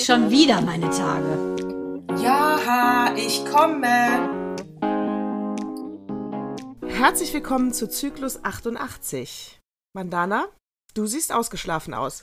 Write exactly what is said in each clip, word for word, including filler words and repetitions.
schon wieder meine Tage. Ja, ich komme. Herzlich willkommen zu Zyklus achtundachtzig. Mandana, du siehst ausgeschlafen aus.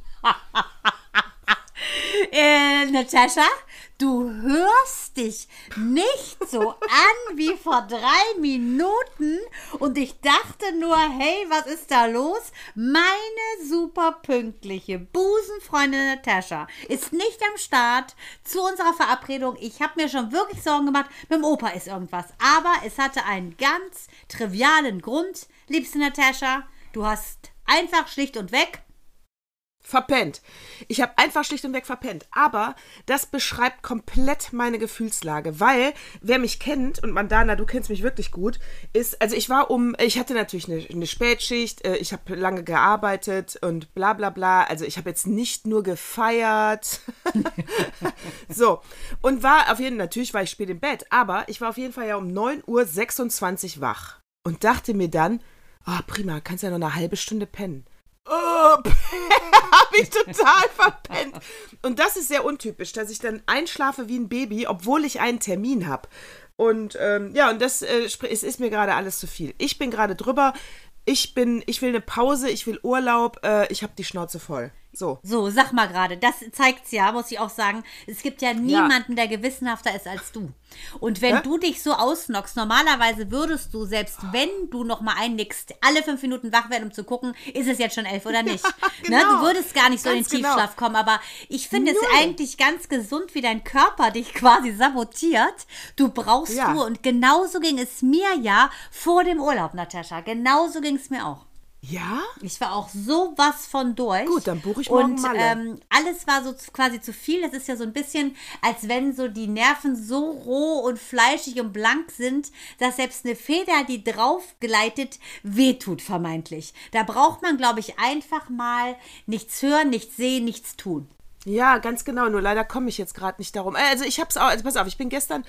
äh, Natascha, du hörst dich nicht so an wie vor drei Minuten und ich dachte nur, hey, was ist da los? Meine super pünktliche Busenfreundin Natascha ist nicht am Start zu unserer Verabredung. Ich habe mir schon wirklich Sorgen gemacht, mit dem Opa ist irgendwas. Aber es hatte einen ganz trivialen Grund, liebste Natascha. Du hast einfach schlicht und weg verpennt. Ich habe einfach schlicht und weg verpennt. Aber das beschreibt komplett meine Gefühlslage, weil, wer mich kennt, und Mandana, du kennst mich wirklich gut, ist, also ich war um, ich hatte natürlich eine, eine Spätschicht, ich habe lange gearbeitet und bla bla bla, also ich habe jetzt nicht nur gefeiert, so, und war auf jeden Fall, natürlich war ich spät im Bett, aber ich war auf jeden Fall ja um neun Uhr sechsundzwanzig wach und dachte mir dann, oh prima, kannst ja noch eine halbe Stunde pennen. Oh, habe ich total verpennt. Und das ist sehr untypisch, dass ich dann einschlafe wie ein Baby, obwohl ich einen Termin habe. Und ähm, ja, und das äh, es ist mir gerade alles zu viel. Ich bin gerade drüber. Ich bin, ich will eine Pause, ich will Urlaub, äh, ich habe die Schnauze voll. So. So, sag mal gerade, das zeigt's ja, muss ich auch sagen, es gibt ja niemanden, ja. der gewissenhafter ist als du. Und wenn Hä? du dich so ausnockst, normalerweise würdest du, selbst wenn du noch mal einnickst, alle fünf Minuten wach werden, um zu gucken, ist es jetzt schon elf oder nicht. Ja, genau. Ne? Du würdest gar nicht so ganz in den Tiefschlaf genau. kommen, aber ich finde es eigentlich ganz gesund, wie dein Körper dich quasi sabotiert. Du brauchst ja. Ruhe und genauso ging es mir ja vor dem Urlaub, Natascha. Genauso ging es mir auch. Ja? Ich war auch sowas von durch. Gut, dann buche ich morgen und, Malle. Ähm, alles war so quasi zu viel. Das ist ja so ein bisschen, als wenn so die Nerven so roh und fleischig und blank sind, dass selbst eine Feder, die drauf gleitet, wehtut vermeintlich. Da braucht man, glaube ich, einfach mal nichts hören, nichts sehen, nichts tun. Ja, ganz genau. Nur leider komme ich jetzt gerade nicht darum. Also ich habe es auch, also pass auf, ich bin gestern...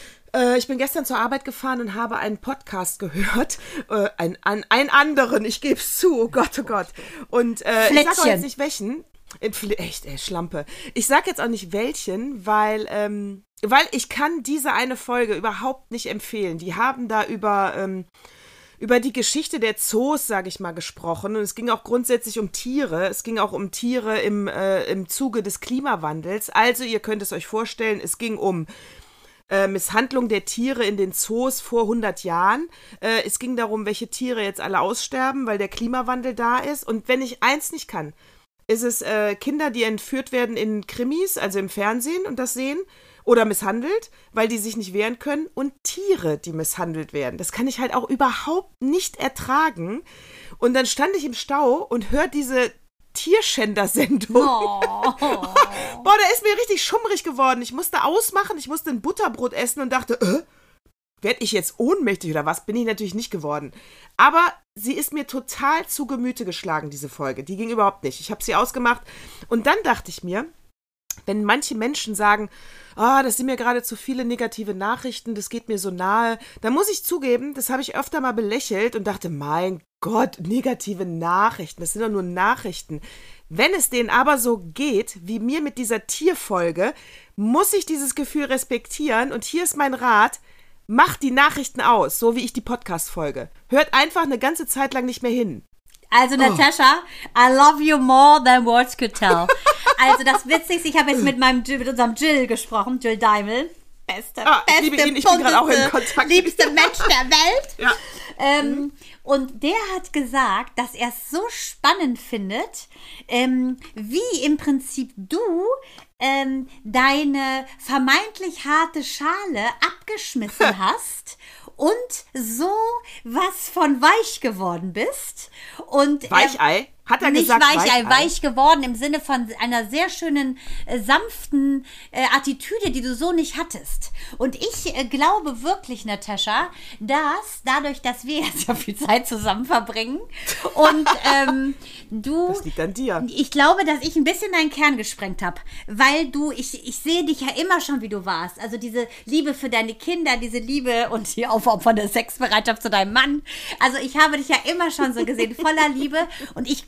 Ich bin gestern zur Arbeit gefahren und habe einen Podcast gehört, äh, ein, ein, einen anderen, ich gebe es zu, oh Gott, oh Gott. Und äh, ich sage auch jetzt nicht welchen, echt, ey, Schlampe. Ich sage jetzt auch nicht welchen, weil, ähm, weil ich kann diese eine Folge überhaupt nicht empfehlen. Die haben da über... Ähm, über die Geschichte der Zoos, sage ich mal, gesprochen. Und es ging auch grundsätzlich um Tiere. Es ging auch um Tiere im, äh, im Zuge des Klimawandels. Also ihr könnt es euch vorstellen, es ging um Äh, Misshandlung der Tiere in den Zoos vor hundert Jahren. Äh, es ging darum, welche Tiere jetzt alle aussterben, weil der Klimawandel da ist. Und wenn ich eins nicht kann, ist es äh, Kinder, die entführt werden in Krimis, also im Fernsehen und das sehen, oder misshandelt, weil die sich nicht wehren können, und Tiere, die misshandelt werden. Das kann ich halt auch überhaupt nicht ertragen. Und dann stand ich im Stau und hör diese Tierschänder-Sendung. Oh. Boah, da ist mir richtig schummrig geworden. Ich musste ausmachen, ich musste ein Butterbrot essen und dachte, äh, werde ich jetzt ohnmächtig oder was? Bin ich natürlich nicht geworden. Aber sie ist mir total zu Gemüte geschlagen, diese Folge. Die ging überhaupt nicht. Ich habe sie ausgemacht und dann dachte ich mir, wenn manche Menschen sagen, ah, oh, das sind mir gerade zu viele negative Nachrichten, das geht mir so nahe, dann muss ich zugeben, das habe ich öfter mal belächelt und dachte, mein Gott, negative Nachrichten, das sind doch nur Nachrichten. Wenn es denen aber so geht, wie mir mit dieser Tierfolge, muss ich dieses Gefühl respektieren und hier ist mein Rat, macht die Nachrichten aus, so wie ich die Podcast-Folge. Hört einfach eine ganze Zeit lang nicht mehr hin. Also Natascha, oh. I love you more than words could tell. Also das Witzigste, ich habe jetzt mit meinem mit unserem Jill gesprochen, Jill Daimel. Beste, ah, beste, ich liebe ihn, ich bin gerade auch in Kontakt. Liebste Mensch der Welt. Ja. Ähm, mhm. Und der hat gesagt, dass er es so spannend findet, ähm, wie im Prinzip du ähm, deine vermeintlich harte Schale abgeschmissen hast und so was von weich geworden bist. Und Weichei? Hat er nicht gesagt, Weichei, Weichei? weich geworden im Sinne von einer sehr schönen, äh, sanften äh, Attitüde, die du so nicht hattest. Und ich äh, glaube wirklich, Natascha, dass dadurch, dass wir jetzt so viel Zeit zusammen verbringen und ähm, du... Das liegt an dir. Ich glaube, dass ich ein bisschen deinen Kern gesprengt habe, weil du, ich, ich sehe dich ja immer schon, wie du warst. Also diese Liebe für deine Kinder, diese Liebe und die aufopfernde Sexbereitschaft zu deinem Mann. Also ich habe dich ja immer schon so gesehen, voller Liebe. Und ich glaube,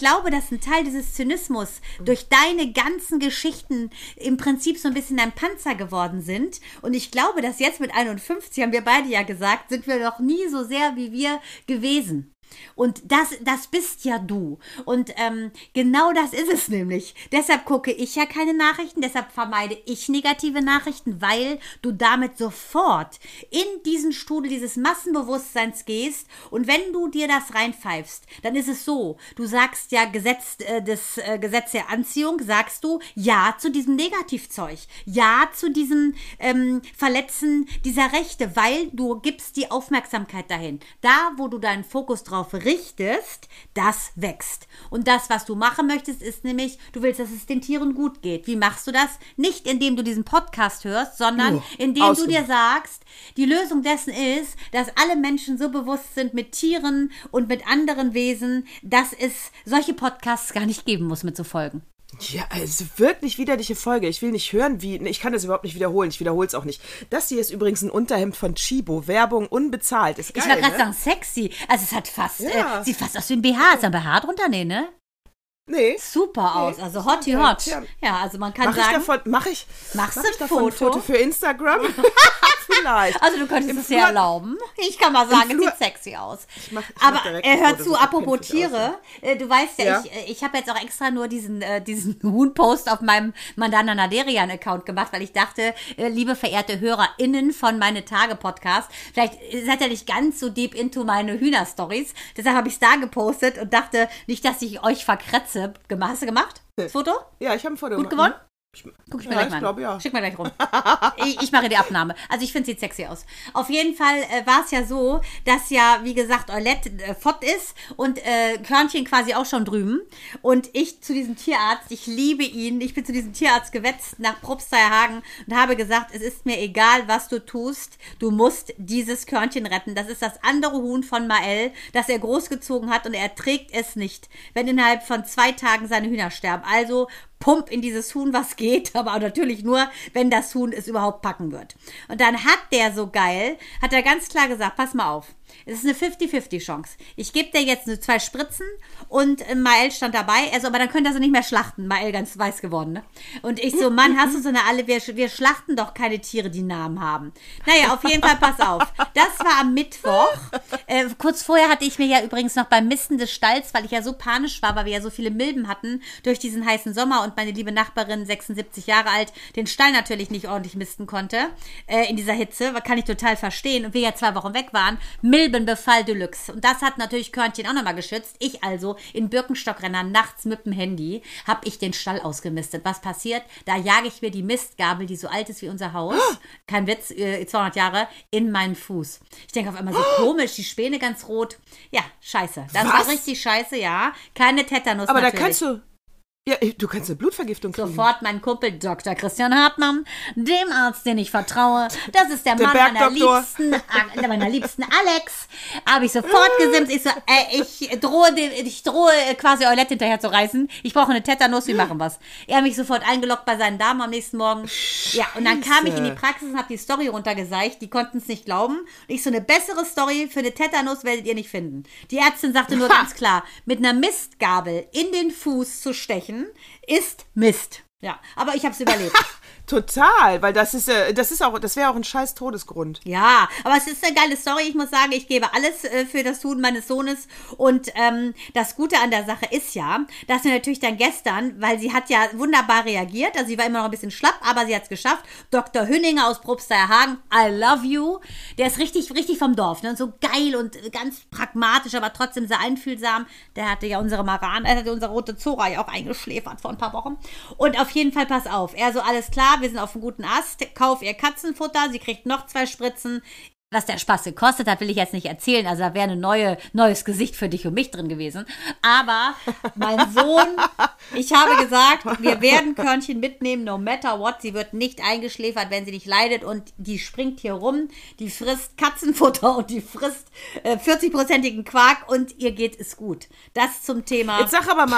glaube, dass ein Teil dieses Zynismus durch deine ganzen Geschichten im Prinzip so ein bisschen ein Panzer geworden sind. Und ich glaube, dass jetzt mit einundfünfzig, haben wir beide ja gesagt, sind wir noch nie so sehr wie wir gewesen. Und das, das bist ja du. Und ähm, genau das ist es nämlich. Deshalb gucke ich ja keine Nachrichten, deshalb vermeide ich negative Nachrichten, weil du damit sofort in diesen Strudel dieses Massenbewusstseins gehst. Und wenn du dir das reinpfeifst, dann ist es so, du sagst ja Gesetz äh, des äh, Gesetz der Anziehung, sagst du ja zu diesem Negativzeug, ja zu diesem ähm, Verletzen dieser Rechte, weil du gibst die Aufmerksamkeit dahin. Da, wo du deinen Fokus drauf richtest, das wächst. Und das, was du machen möchtest, ist nämlich, du willst, dass es den Tieren gut geht. Wie machst du das? Nicht, indem du diesen Podcast hörst, sondern oh, indem awesome. du dir sagst, die Lösung dessen ist, dass alle Menschen so bewusst sind mit Tieren und mit anderen Wesen, dass es solche Podcasts gar nicht geben muss mit so Folgen. Ja, also wirklich widerliche Folge. Ich will nicht hören, wie. Ich kann das überhaupt nicht wiederholen. Ich wiederhole es auch nicht. Das hier ist übrigens ein Unterhemd von Chibo. Werbung unbezahlt. Ist geil, ich war gerade ne? sagen, sexy. Also es hat fast, ja. äh, sieht fast aus wie ein B H. Ist ein B H drunter? Nee, ne? Nee. Super nee. aus. Also hotty hot. Ja, ja, also man kann mach sagen. Ich davon, mach ich, machst mach du ich ein davon Foto? ein Foto für Instagram? Vielleicht. Also du könntest Im es Flur, dir erlauben. Ich kann mal sagen, es sieht sexy aus. Ich mach, ich Aber mach direkt äh, hör Foto, zu, das apropos kennt sich aus, Tiere, äh, du weißt ja, Ja. ich, ich habe jetzt auch extra nur diesen, äh, diesen Huhn-Post auf meinem Mandana Naderian-Account gemacht, weil ich dachte, äh, liebe verehrte HörerInnen von Meine Tage-Podcast, vielleicht seid ihr nicht ganz so deep into meine Hühner-Stories, deshalb habe ich es da gepostet und dachte nicht, dass ich euch verkratze. Hast du gemacht? Das Foto? Ja, ich habe ein Foto Gut gemacht. gewonnen? Guck ich mir ja, gleich mal ich glaub, ja. an. Schick mir gleich rum. ich, ich mache die Abnahme. Also ich finde, sieht sexy aus. Auf jeden Fall äh, war es ja so, dass ja, wie gesagt, Eulette äh, fort ist und äh, Körnchen quasi auch schon drüben. Und ich zu diesem Tierarzt, ich liebe ihn, ich bin zu diesem Tierarzt gewetzt nach Probstheierhagen und habe gesagt, es ist mir egal, was du tust, du musst dieses Körnchen retten. Das ist das andere Huhn von Mael, das er großgezogen hat und er trägt es nicht, wenn innerhalb von zwei Tagen seine Hühner sterben. Also pump in dieses Huhn, was geht, aber natürlich nur, wenn das Huhn es überhaupt packen wird. Und dann hat der so geil, hat er ganz klar gesagt, pass mal auf, es ist eine fünfzig fünfzig Chance. Ich gebe dir jetzt nur zwei Spritzen und äh, Mael stand dabei, also, aber dann könnte er sie nicht mehr schlachten. Mael ganz weiß geworden, ne? Und ich so, Mann, hast du so eine alle, wir, wir schlachten doch keine Tiere, die Namen haben. Naja, auf jeden Fall, pass auf. Das war am Mittwoch. Äh, kurz vorher hatte ich mir ja übrigens noch beim Misten des Stalls, weil ich ja so panisch war, weil wir ja so viele Milben hatten durch diesen heißen Sommer und meine liebe Nachbarin, sechsundsiebzig Jahre alt, den Stall natürlich nicht ordentlich misten konnte äh, in dieser Hitze, kann ich total verstehen. Und wir ja zwei Wochen weg waren, Milbenbefall Deluxe. Und das hat natürlich Körnchen auch nochmal geschützt. Ich also in Birkenstockrennern nachts mit dem Handy habe ich den Stall ausgemistet. Was passiert? Da jage ich mir die Mistgabel, die so alt ist wie unser Haus, kein Witz, äh, zweihundert Jahre, in meinen Fuß. Ich denke auf einmal so komisch, die Späne ganz rot. Ja, scheiße. Das Was? war richtig scheiße, ja. Keine Tetanus Aber natürlich. da kannst du... Ja, du kannst eine Blutvergiftung kriegen. Sofort mein Kumpel Doktor Christian Hartmann, dem Arzt, den ich vertraue. Das ist der, Der Mann meiner Bergdoktor. liebsten, äh, meiner liebsten Alex. Habe ich sofort gesimst. Ich so, äh, ich drohe, dem, ich drohe quasi Eulette hinterher zu reißen. Ich brauche eine Tetanus, wir machen was. Er hat mich sofort eingeloggt bei seinen Damen am nächsten Morgen. Ja, und dann kam ich in die Praxis und habe die Story runtergeseicht. Die konnten es nicht glauben. Und ich so, eine bessere Story für eine Tetanus werdet ihr nicht finden. Die Ärztin sagte nur ganz klar, mit einer Mistgabel in den Fuß zu stechen, ist Mist. Ja, aber ich habe es überlebt. Total, weil das ist, äh, das ist auch, das wäre auch ein scheiß Todesgrund. Ja, aber es ist eine geile Story. Ich muss sagen, ich gebe alles äh, für das Tun meines Sohnes. Und ähm, das Gute an der Sache ist ja, dass wir natürlich dann gestern, weil sie hat ja wunderbar reagiert, also sie war immer noch ein bisschen schlapp, aber sie hat es geschafft. Doktor Hünninger aus Probstheierhagen, I love you. Der ist richtig, richtig vom Dorf, ne? Und so geil und ganz pragmatisch, aber trotzdem sehr einfühlsam. Der hatte ja unsere Maran, er hatte unsere rote Zora ja auch eingeschläfert vor ein paar Wochen. Und auf jeden Fall, pass auf, er so, alles klar, wir sind auf einem guten Ast, kauf ihr Katzenfutter, sie kriegt noch zwei Spritzen. Was der Spaß gekostet hat, will ich jetzt nicht erzählen. Also da wäre ein neue, neues Gesicht für dich und mich drin gewesen. Aber mein Sohn, ich habe gesagt, wir werden Körnchen mitnehmen, no matter what. Sie wird nicht eingeschläfert, wenn sie nicht leidet. Und die springt hier rum, die frisst Katzenfutter und die frisst äh, vierzig-prozentigen Quark und ihr geht es gut. Das zum Thema. Jetzt sag aber mal,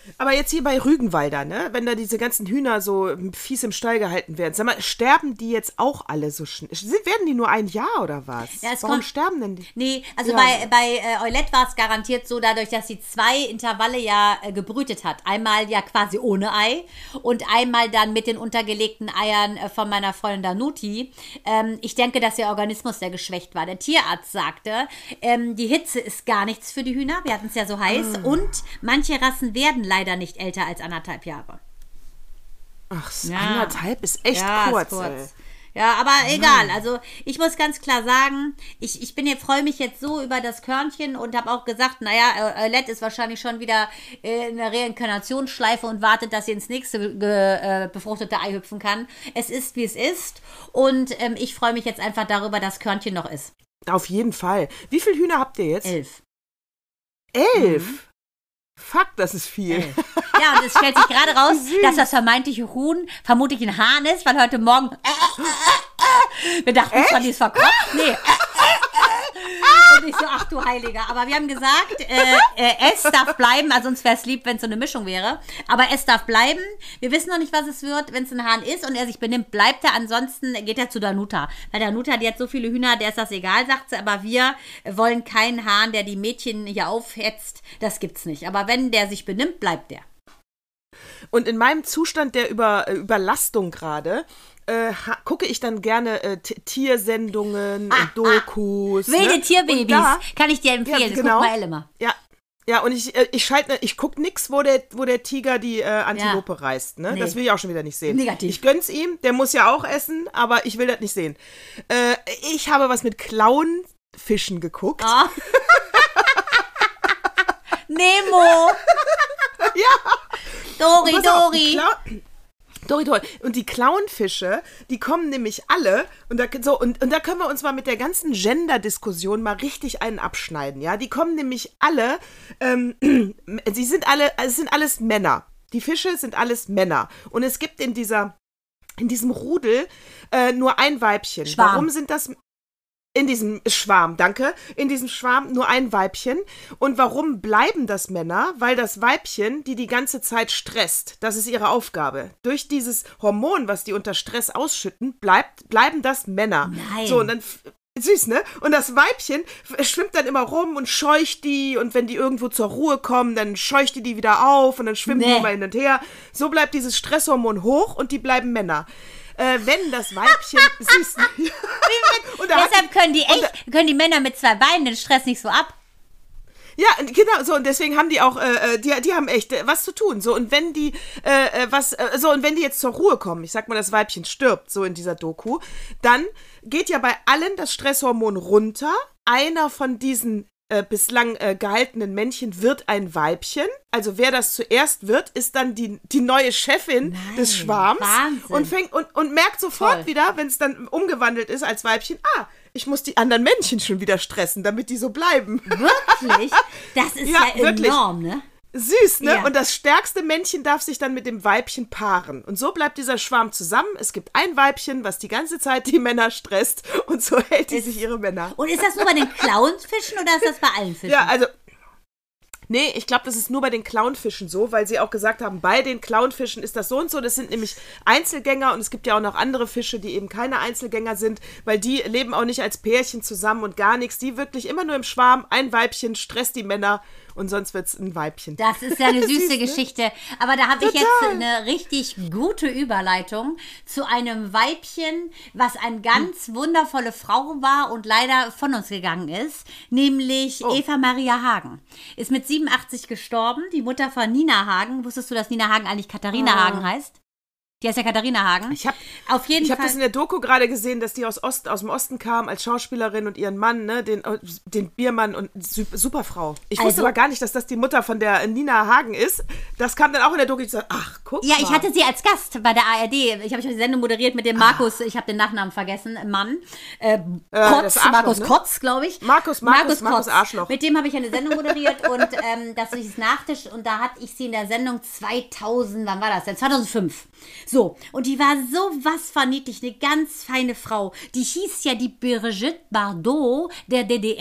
Aber jetzt hier bei Rügenwalder, ne? Wenn da diese ganzen Hühner so fies im Stall gehalten werden, sag mal, sterben die jetzt auch alle so schnell? Werden die nur ein Jahr oder was? Ja, es Warum kommt, sterben denn die? Nee, also Ja. bei, bei äh, Eulette war es garantiert so, dadurch, dass sie zwei Intervalle ja äh, gebrütet hat. Einmal ja quasi ohne Ei und einmal dann mit den untergelegten Eiern äh, von meiner Freundin Danuti. Ähm, ich denke, dass ihr Organismus sehr geschwächt war. Der Tierarzt sagte, ähm, die Hitze ist gar nichts für die Hühner. Wir hatten es ja so heiß. Ah. Und manche Rassen werden leider nicht älter als anderthalb Jahre. Ach, so Ja. anderthalb ist echt Ja, kurz, ist kurz. ey. Ja, aber egal. Also ich muss ganz klar sagen, ich, ich bin jetzt, freue mich jetzt so über das Körnchen und habe auch gesagt, naja, Eulette ist wahrscheinlich schon wieder äh, in der Reinkarnationsschleife und wartet, dass sie ins nächste ge, äh, befruchtete Ei hüpfen kann. Es ist, wie es ist. Und ähm, ich freue mich jetzt einfach darüber, dass Körnchen noch ist. Auf jeden Fall. Wie viele Hühner habt ihr jetzt? Elf. Elf? Mhm. Fuck, das ist viel. Elf. Ja, und es stellt sich gerade raus, dass das vermeintliche Huhn vermutlich ein Hahn ist, weil heute Morgen äh, äh, äh, wir dachten schon, die ist verkopft. Nee. Äh, äh, äh. Und ich so, ach du Heiliger. Aber wir haben gesagt, äh, äh, es darf bleiben, also uns wäre es lieb, wenn es so eine Mischung wäre. Aber es darf bleiben. Wir wissen noch nicht, was es wird. Wenn es ein Hahn ist und er sich benimmt, bleibt er. Ansonsten geht er zu Danuta. Weil Danuta, die hat so viele Hühner, der ist das egal, sagt sie. Aber wir wollen keinen Hahn, der die Mädchen hier aufhetzt. Das gibt's nicht. Aber wenn der sich benimmt, bleibt der. Und in meinem Zustand der Über, Überlastung gerade äh, ha- gucke ich dann gerne äh, T- Tiersendungen Ah, und Dokus. Wilde ne? Und Tierbabys, da- kann ich dir empfehlen. Ja, Das genau. guckt mal Elle immer. Ja, ja, und ich, äh, ich schalte, ich gucke nix, wo der, wo der Tiger die äh, Antilope Ja. reißt. Ne? Nee. Das will ich auch schon wieder nicht sehen. Negativ. Ich gönn's ihm, der muss ja auch essen, aber ich will das nicht sehen. Äh, ich habe was mit Clownfischen geguckt. Ah. Nemo. Ja. Dori, Pass auf, die Dori. Clown- Dori, Dori. Und die Clownfische, die kommen nämlich alle, und da, so, und, und da können wir uns mal mit der ganzen Gender-Diskussion mal richtig einen abschneiden, ja. Die kommen nämlich alle, ähm, sie sind alle, es sind alles Männer. Die Fische sind alles Männer. Und es gibt in dieser, in diesem Rudel äh, nur ein Weibchen. Schwarm. Warum sind das... In diesem Schwarm, danke. In diesem Schwarm nur ein Weibchen. Und warum bleiben das Männer? Weil das Weibchen, die die ganze Zeit stresst, das ist ihre Aufgabe. Durch dieses Hormon, was die unter Stress ausschütten, bleibt, bleiben das Männer. Nein. So, und dann, süß, ne? Und das Weibchen schwimmt dann immer rum und scheucht die. Und wenn die irgendwo zur Ruhe kommen, dann scheucht die die wieder auf und dann schwimmen Nee. die immer hin und her. So bleibt dieses Stresshormon hoch und die bleiben Männer. Äh, wenn das Weibchen, süß, ne? Und da hat Deshalb können die und echt, können die Männer mit zwei Beinen den Stress nicht so ab. Ja, genau, so, und deswegen haben die auch, äh, die, die haben echt äh, was zu tun, so, und wenn die, äh, was, äh, so, und wenn die jetzt zur Ruhe kommen, ich sag mal, das Weibchen stirbt, so in dieser Doku, dann geht ja bei allen das Stresshormon runter, einer von diesen äh, bislang äh, gehaltenen Männchen wird ein Weibchen, also wer das zuerst wird, ist dann die, die neue Chefin Nein, des Schwarms Wahnsinn. und fängt, und, und merkt sofort Toll. wieder, wenn es dann umgewandelt ist als Weibchen, ah, ich muss die anderen Männchen schon wieder stressen, damit die so bleiben. Wirklich? Das ist ja, Ja, wirklich. enorm, ne? Süß, ne? Ja. Und das stärkste Männchen darf sich dann mit dem Weibchen paaren. Und so bleibt dieser Schwarm zusammen. Es gibt ein Weibchen, was die ganze Zeit die Männer stresst. Und so hält die sich ihre Männer. Und ist das nur bei den Clownfischen oder ist das bei allen Fischen? Ja, also... Nee, ich glaube, das ist nur bei den Clownfischen so, weil sie auch gesagt haben, bei den Clownfischen ist das so und so. Das sind nämlich Einzelgänger und es gibt ja auch noch andere Fische, die eben keine Einzelgänger sind, weil die leben auch nicht als Pärchen zusammen und gar nichts. Die wirklich immer nur im Schwarm, ein Weibchen stresst die Männer und sonst wird's ein Weibchen. Das ist ja eine süße Süß, ne? Geschichte. Aber da habe ich jetzt Total. eine richtig gute Überleitung zu einem Weibchen, was eine ganz wundervolle Frau war und leider von uns gegangen ist, nämlich Oh. Eva Maria Hagen. Ist mit siebenundachtzig gestorben, die Mutter von Nina Hagen. Wusstest du, dass Nina Hagen eigentlich Katharina Ah. Hagen heißt? Die heißt ja Katharina Hagen. Ich habe Auf jeden ich hab Fall. das in der Doku gerade gesehen, dass die aus, Ost, aus dem Osten kam als Schauspielerin und ihren Mann, ne, den, den Biermann und su- super Frau. Ich wusste Also- aber gar nicht, dass das die Mutter von der Nina Hagen ist. Das kam dann auch in der Doku. Ich dachte, ach, guck Ja, mal. ich hatte sie als Gast bei der A R D. Ich habe die Sendung moderiert mit dem Markus, ich habe den Nachnamen vergessen, Mann. Äh, Kotz, das Arschloch, Markus ne? Kotz, glaube ich. Markus, Markus, Markus Arschloch. Mit dem habe ich eine Sendung moderiert und ähm, das ist Nachtisch und da hatte ich sie in der Sendung zweitausend, wann war das denn? zweitausendfünf. So, und die war so was verniedlich, eine ganz feine Frau. Die hieß ja die Brigitte Bardot der D D R.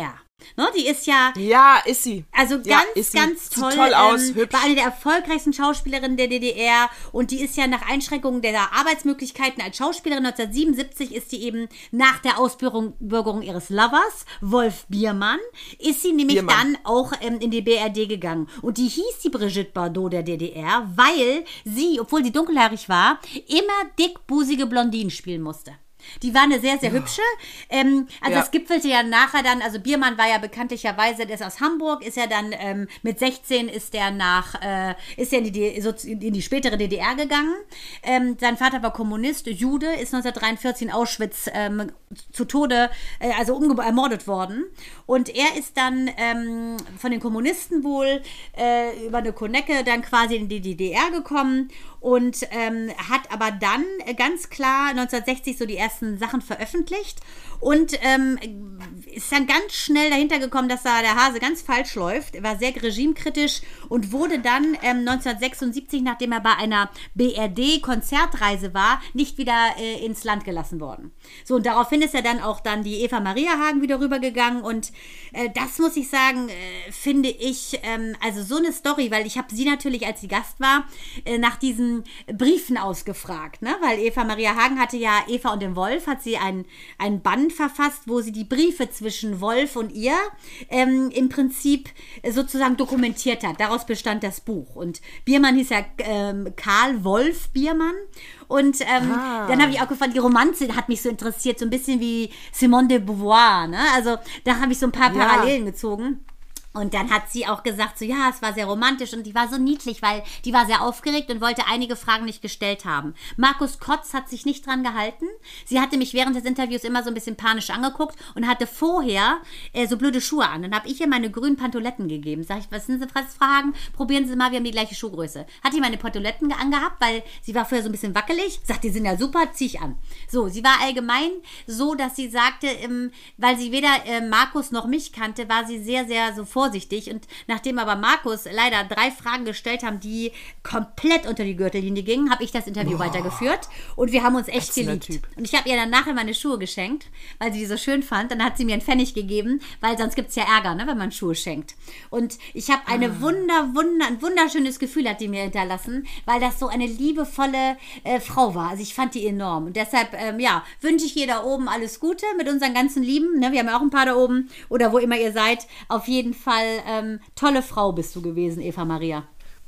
Ne, die ist ja... Ja, ist sie. Also ganz, ja, ist sie. ganz toll. Sieht toll aus, ähm, hübsch. War eine der erfolgreichsten Schauspielerinnen der D D R und die ist ja nach Einschränkungen der Arbeitsmöglichkeiten als Schauspielerin neunzehnhundertsiebenundsiebzig ist sie eben nach der Ausbürgerung ihres Lovers, Wolf Biermann, ist sie nämlich Biermann. dann auch ähm, in die B R D gegangen. Und die hieß die Brigitte Bardot der D D R, weil sie, obwohl sie dunkelhaarig war, immer dickbusige Blondinen spielen musste. Die war eine sehr, sehr hübsche. Ähm, also Ja. es gipfelte ja nachher dann, also Biermann war ja bekanntlicherweise, der ist aus Hamburg, ist ja dann ähm, mit sechzehn ist der nach, äh, ist ja in die, so, in die spätere D D R gegangen. Ähm, sein Vater war Kommunist, Jude, ist neunzehnhundertdreiundvierzig in Auschwitz ähm, zu Tode, äh, also umge- ermordet worden. Und er ist dann ähm, von den Kommunisten wohl äh, über eine Konecke dann quasi in die D D R gekommen und ähm, hat aber dann ganz klar neunzehnhundertsechzig so die ersten Sachen veröffentlicht und ähm, ist dann ganz schnell dahinter gekommen, dass da der Hase ganz falsch läuft. Er war sehr regimekritisch und wurde dann ähm, neunzehnhundertsechsundsiebzig, nachdem er bei einer B R D-Konzertreise war, nicht wieder äh, ins Land gelassen worden. So, und daraufhin ist er dann auch dann die Eva Maria Hagen wieder rübergegangen und äh, das muss ich sagen, äh, finde ich, ähm, also so eine Story, weil ich habe sie natürlich, als sie Gast war, äh, nach diesen Briefen ausgefragt, ne? Weil Eva Maria Hagen hatte ja Eva und den Wolf, hat sie ein, ein Band verfasst, wo sie die Briefe zwischen Wolf und ihr ähm, im Prinzip sozusagen dokumentiert hat. Daraus bestand das Buch. Und Biermann hieß ja ähm, Karl Wolf Biermann. Und ähm, Ah. dann habe ich auch gefunden, die Romanze hat mich so interessiert, so ein bisschen wie Simone de Beauvoir. Ne? Also da habe ich so ein paar Ja. Parallelen gezogen. Und dann hat sie auch gesagt, so ja, es war sehr romantisch und die war so niedlich, weil die war sehr aufgeregt und wollte einige Fragen nicht gestellt haben. Markus Kotz hat sich nicht dran gehalten. Sie hatte mich während des Interviews immer so ein bisschen panisch angeguckt und hatte vorher äh, so blöde Schuhe an. Dann habe ich ihr meine grünen Pantoletten gegeben. Sag ich, was sind Sie, was Fragen? Probieren Sie mal, wir haben die gleiche Schuhgröße. Hat die meine Pantoletten angehabt, weil sie war vorher so ein bisschen wackelig. Sagt, die sind ja super, zieh ich an. So, sie war allgemein so, dass sie sagte, ähm, weil sie weder äh, Markus noch mich kannte, war sie sehr, sehr so vorsichtig. Und nachdem aber Markus leider drei Fragen gestellt haben, die komplett unter die Gürtellinie gingen, habe ich das Interview Boah. weitergeführt und wir haben uns echt Ätzender geliebt. Typ. Und ich habe ihr dann nachher meine Schuhe geschenkt, weil sie die so schön fand. Dann hat sie mir einen Pfennig gegeben, weil sonst gibt es ja Ärger, ne, wenn man Schuhe schenkt. Und ich habe eine Ah. wunder, wunder, ein wunderschönes Gefühl hat die mir hinterlassen, weil das so eine liebevolle äh, Frau war. Also ich fand die enorm. Und deshalb, ähm, ja, wünsche ich ihr da oben alles Gute mit unseren ganzen Lieben. Ne? Wir haben ja auch ein paar da oben oder wo immer ihr seid. Auf jeden Fall ähm, tolle Frau bist du gewesen, Eva Maria.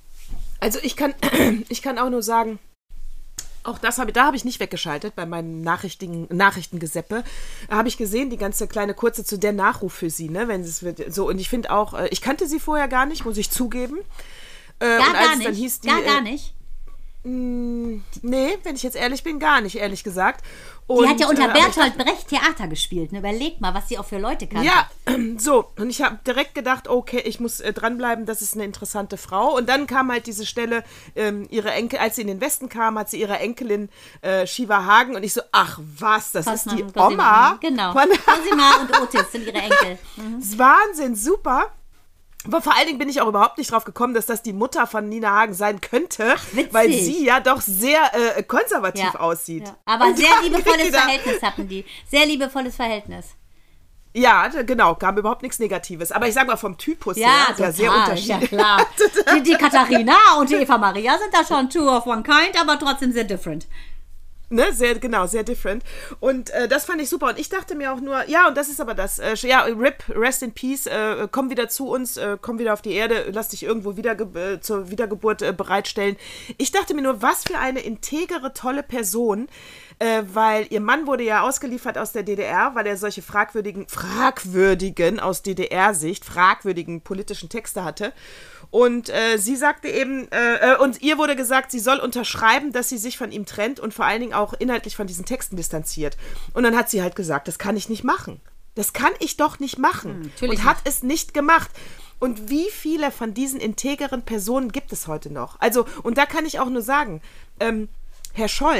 Also ich kann, ich kann auch nur sagen, auch das habe, da habe ich nicht weggeschaltet bei meinem Nachrichten, Nachrichtengeseppe. Da habe ich gesehen, die ganze kleine kurze zu der Nachruf für sie, ne, wenn es wird so. Und ich finde auch, äh, ich kannte sie vorher gar nicht, muss ich zugeben. Äh, Gar, und als gar es dann nicht. hieß, die, gar, gar äh, nicht. Nee, wenn ich jetzt ehrlich bin, gar nicht, ehrlich gesagt. Und, Die hat ja unter äh, aber ich Bertolt Brecht Theater gespielt. Ne? Überleg mal, was sie auch für Leute kannte. Ja, so. Und ich habe direkt gedacht, okay, ich muss äh, dranbleiben, das ist eine interessante Frau. Und dann kam halt diese Stelle, ähm, ihre Enkel, als sie in den Westen kam, hat sie ihre Enkelin äh, Shiva Hagen. Und ich so, ach was, das ist die Cosima, Oma. Genau. Von Cosima und Otis sind ihre Enkel. Das ist Wahnsinn, super. Aber vor allen Dingen bin ich auch überhaupt nicht drauf gekommen, dass das die Mutter von Nina Hagen sein könnte, witzig. weil sie ja doch sehr äh, konservativ Ja. aussieht. Ja. Aber Und sehr dann liebevolles kriegt die da- Verhältnis hatten die. Sehr liebevolles Verhältnis. Ja, d- genau, kam überhaupt nichts Negatives. Aber ich sag mal, vom Typus Ja, her, total. der sehr Ja, unterschiedlich. klar. Die, die Katharina und die Eva Maria sind da schon two of one kind, aber trotzdem sehr different. Ne, sehr, genau, sehr different. Und äh, das fand ich super. Und ich dachte mir auch nur, ja, und das ist aber das, äh, ja, R I P, Rest in Peace, äh, komm wieder zu uns, äh, komm wieder auf die Erde, lass dich irgendwo wieder, äh, zur Wiedergeburt äh, bereitstellen. Ich dachte mir nur, was für eine integere, tolle Person, äh, weil ihr Mann wurde ja ausgeliefert aus der D D R, weil er solche fragwürdigen, fragwürdigen, aus D D R-Sicht, fragwürdigen politischen Texte hatte. Und äh, sie sagte eben, äh, äh, und ihr wurde gesagt, sie soll unterschreiben, dass sie sich von ihm trennt und vor allen Dingen auch inhaltlich von diesen Texten distanziert. Und dann hat sie halt gesagt, das kann ich nicht machen. Das kann ich doch nicht machen. natürlich und hat es nicht gemacht. Und wie viele von diesen integeren Personen gibt es heute noch? Also, und da kann ich auch nur sagen, ähm, Herr Scholz,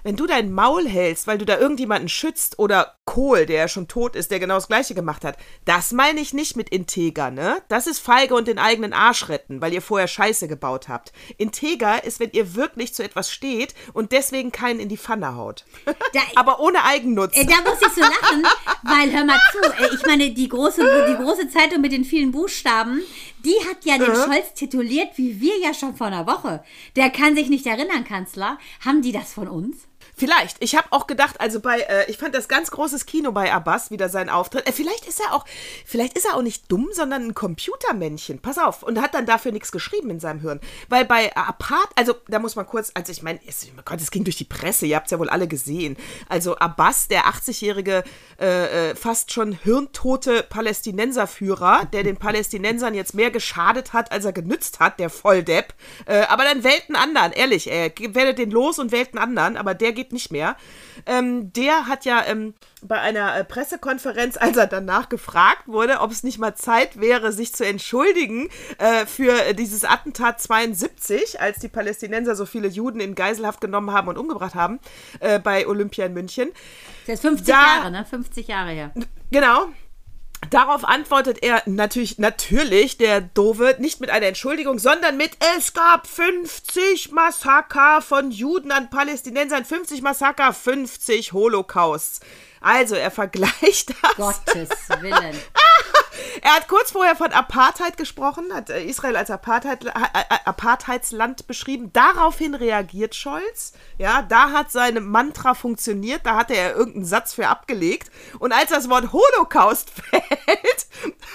wenn du dein Maul hältst, weil du da irgendjemanden schützt oder Kohl, der ja schon tot ist, der genau das Gleiche gemacht hat, das meine ich nicht mit integer, ne? Das ist feige und den eigenen Arsch retten, weil ihr vorher Scheiße gebaut habt. Integer ist, wenn ihr wirklich zu etwas steht und deswegen keinen in die Pfanne haut. Da, aber ohne Eigennutz. Äh, da muss ich so lachen, weil, hör mal zu, äh, ich meine, die große, die große Zeitung mit den vielen Buchstaben, die hat ja den Ja. Scholz tituliert, wie wir ja schon vor einer Woche. Der kann sich nicht erinnern, Kanzler. Haben die das von uns? Vielleicht. Ich habe auch gedacht, also bei, äh, ich fand das ganz großes Kino bei Abbas, wieder sein Auftritt. Äh, vielleicht ist er auch, vielleicht ist er auch nicht dumm, sondern ein Computermännchen. Pass auf. Und hat dann dafür nichts geschrieben in seinem Hirn. Weil bei Apart, also da muss man kurz, also ich meine, es, oh Gott, es ging durch die Presse, ihr habt es ja wohl alle gesehen. Also Abbas, der achtzigjährige, äh, äh, fast schon hirntote Palästinenserführer, der den Palästinensern jetzt mehr geschadet hat, als er genützt hat, der Volldepp. Äh, aber dann wählt einen anderen, ehrlich, ey, werdet den los und wählt einen anderen, aber der geht nicht mehr. Ähm, der hat ja ähm, bei einer äh, Pressekonferenz, als er danach gefragt wurde, ob es nicht mal Zeit wäre, sich zu entschuldigen äh, für äh, dieses Attentat zweiundsiebzig, als die Palästinenser so viele Juden in Geiselhaft genommen haben und umgebracht haben, äh, bei Olympia in München. Das ist fünfzig Da- Jahre, ne? fünfzig Jahre her. Genau. Darauf antwortet er natürlich, natürlich, der Doofe, nicht mit einer Entschuldigung, sondern mit, es gab fünfzig Massaker von Juden an Palästinensern, fünfzig Massaker, fünfzig Holocausts. Also, er vergleicht das. Gottes Willen. Er hat kurz vorher von Apartheid gesprochen, hat äh, Israel als Apartheid, äh, äh, Apartheidsland beschrieben. Daraufhin reagiert Scholz. Ja, da hat seine Mantra funktioniert, da hatte er irgendeinen Satz für abgelegt. Und als das Wort Holocaust fällt,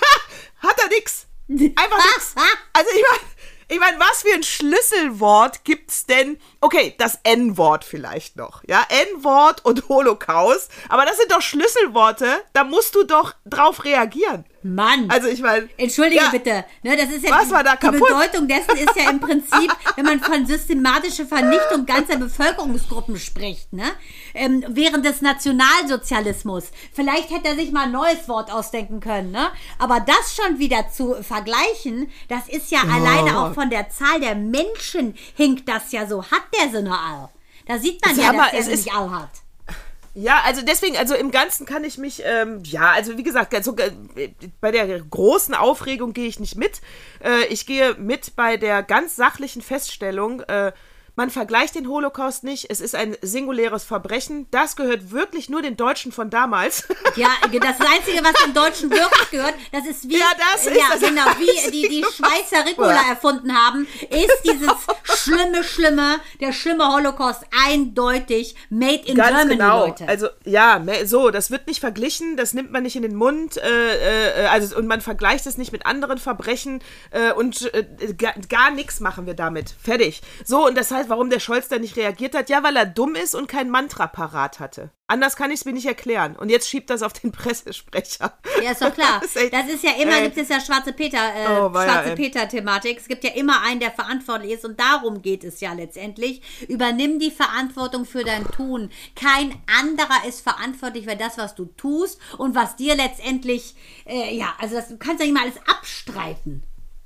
hat er nix. Einfach nix. Also ich meine, ich mein, was für ein Schlüsselwort gibt's denn? Okay, das N-Wort vielleicht noch. Ja, N-Wort und Holocaust. Aber das sind doch Schlüsselworte, da musst du doch drauf reagieren. Mann. Also ich meine, Entschuldige ja, bitte. Ne, das ist ja Was die, war da die kaputt? Bedeutung dessen ist ja im Prinzip, wenn man von systematischer Vernichtung ganzer Bevölkerungsgruppen spricht, ne? Ähm, während des Nationalsozialismus. Vielleicht hätte er sich mal ein neues Wort ausdenken können, ne? Aber das schon wieder zu vergleichen, das ist ja alleine auch von der Zahl der Menschen hinkt das ja so. Hat der so eine all? Da sieht man Sag ja, mal, dass der es sie ist- nicht all hat. Ja, also deswegen, also im Ganzen kann ich mich, ähm, ja, also wie gesagt, also, äh, bei der großen Aufregung gehe ich nicht mit. Äh, ich gehe mit bei der ganz sachlichen Feststellung, äh, man vergleicht den Holocaust nicht, es ist ein singuläres Verbrechen. Das gehört wirklich nur den Deutschen von damals. Ja, das Einzige, was dem Deutschen wirklich gehört, das ist wie, Ja, das ist ja, das genau, wie die, die Schweizer Ricola erfunden haben, ist dieses schlimme, schlimme, der schlimme Holocaust eindeutig made in Ganz Germany, genau. Leute. Also ja, me- so, das wird nicht verglichen, das nimmt man nicht in den Mund, äh, äh, also und man vergleicht es nicht mit anderen Verbrechen äh, und äh, gar, gar nichts machen wir damit. Fertig. So, und das heißt, warum der Scholz da nicht reagiert hat, ja, weil er dumm ist und kein Mantra parat hatte. Anders kann ich es mir nicht erklären. Und jetzt schiebt das auf den Pressesprecher. Ja, ist doch klar. Das ist echt- Das ist ja immer, Ey. gibt es ja schwarze Peter, äh, Oh, weia, schwarze ey. Peter-Thematik. Es gibt ja immer einen, der verantwortlich ist und darum geht es ja letztendlich. Übernimm die Verantwortung für dein Tun. Kein anderer ist verantwortlich für das, was du tust und was dir letztendlich, äh, ja, also das, du kannst ja nicht mal alles abstreiten.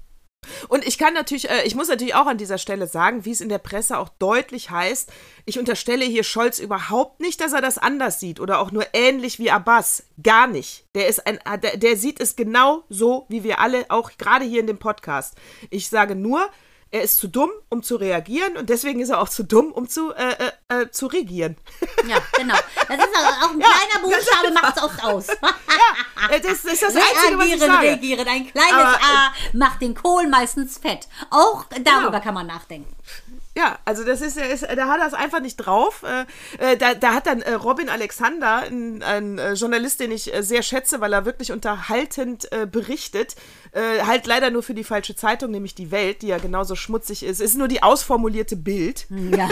Und ich kann natürlich, äh, ich muss natürlich auch an dieser Stelle sagen, wie es in der Presse auch deutlich heißt, ich unterstelle hier Scholz überhaupt nicht, dass er das anders sieht oder auch nur ähnlich wie Abbas. Gar nicht. Der ist ein, der, der sieht es genau so, wie wir alle, auch gerade hier in dem Podcast. Ich sage nur, er ist zu dumm, um zu reagieren und deswegen ist er auch zu dumm, um zu, äh, äh, äh, zu regieren. Ja, genau. Das ist auch, auch ein kleiner Buchstabe macht es oft aus. Äh, Das, das ist das Einzige, was ich Reagieren, sage. regieren. Ein kleines Aber, äh, A macht den Kohl meistens fett. Auch darüber Genau. kann man nachdenken. Ja, also das ist, ist da hat er es einfach nicht drauf. Äh, da, da hat dann äh, Robin Alexander, ein, ein äh, Journalist, den ich äh, sehr schätze, weil er wirklich unterhaltend äh, berichtet, äh, halt leider nur für die falsche Zeitung, nämlich die Welt, die ja genauso schmutzig ist. Es ist nur die ausformulierte Bild. Ja.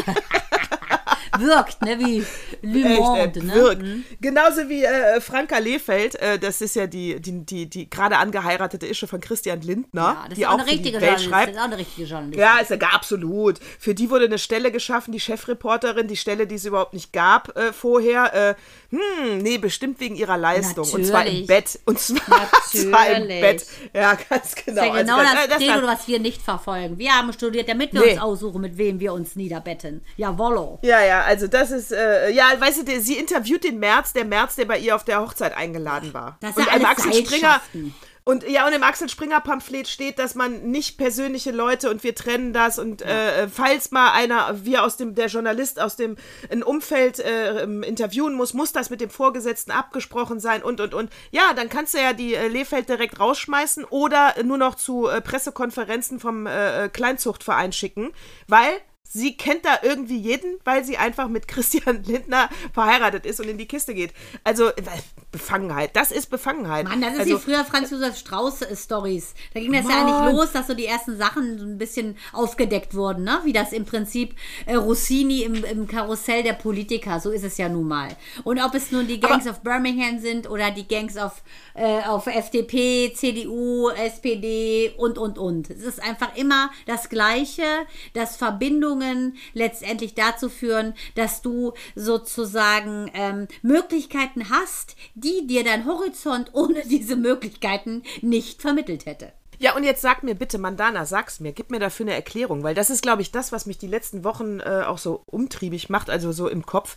Wirkt, ne, wie Le Echt, Monde, äh, ne? wirkt. Mhm. Genauso wie äh, Franka Lehfeld, äh, das ist ja die, die, die, die gerade angeheiratete Ische von Christian Lindner, Ja, das die ist auch auch eine für die richtige Welt Journalistin. Das schreibt. ist auch eine richtige Journalistin. Ja, ist ja gar absolut. Für die wurde eine Stelle geschaffen, die Chefreporterin, die Stelle, die es überhaupt nicht gab äh, vorher. Äh, hm, nee, bestimmt wegen ihrer Leistung. Und zwar im Natürlich. Bett. Und zwar, zwar im Natürlich. Bett. Ja, ganz genau. Das ist ja genau Also, das, äh, das Credo, war- was wir nicht verfolgen. Wir haben studiert, damit wir Nee. uns aussuchen, mit wem wir uns niederbetten. Jawollo. Ja, ja, also das ist, äh, ja, weißt du, der, sie interviewt den Merz, der Merz, der bei ihr auf der Hochzeit eingeladen war. Das ist und ja also alles Axel Springer Seilschaften. und ja, und im Axel Springer Pamphlet steht, dass man nicht persönliche Leute und wir trennen das und äh, falls mal einer, wir aus dem, der Journalist aus dem ein Umfeld äh, interviewen muss, muss das mit dem Vorgesetzten abgesprochen sein und und und. Ja, dann kannst du ja die äh, Lehfeld direkt rausschmeißen oder nur noch zu äh, Pressekonferenzen vom äh, Kleinzuchtverein schicken, weil sie kennt da irgendwie jeden, weil sie einfach mit Christian Lindner verheiratet ist und in die Kiste geht. Also, äh, Befangenheit. Das ist Befangenheit. Mann, das ist also, wie früher Franz Josef Strauß-Stories. Da ging das Mann. ja eigentlich los, dass so die ersten Sachen so ein bisschen aufgedeckt wurden, ne? Wie das im Prinzip äh, Rossini im, im Karussell der Politiker, so ist es ja nun mal. Und ob es nun die Gangs Aber, of Birmingham sind oder die Gangs auf, äh, auf F D P, C D U, S P D und, und, und. Es ist einfach immer das Gleiche, dass Verbindungen letztendlich dazu führen, dass du sozusagen ähm, Möglichkeiten hast, die dir dein Horizont ohne diese Möglichkeiten nicht vermittelt hätte. Ja, und jetzt sag mir bitte, Mandana, sag's mir, gib mir dafür eine Erklärung, weil das ist, glaube ich, das, was mich die letzten Wochen äh, auch so umtriebig macht, also so im Kopf.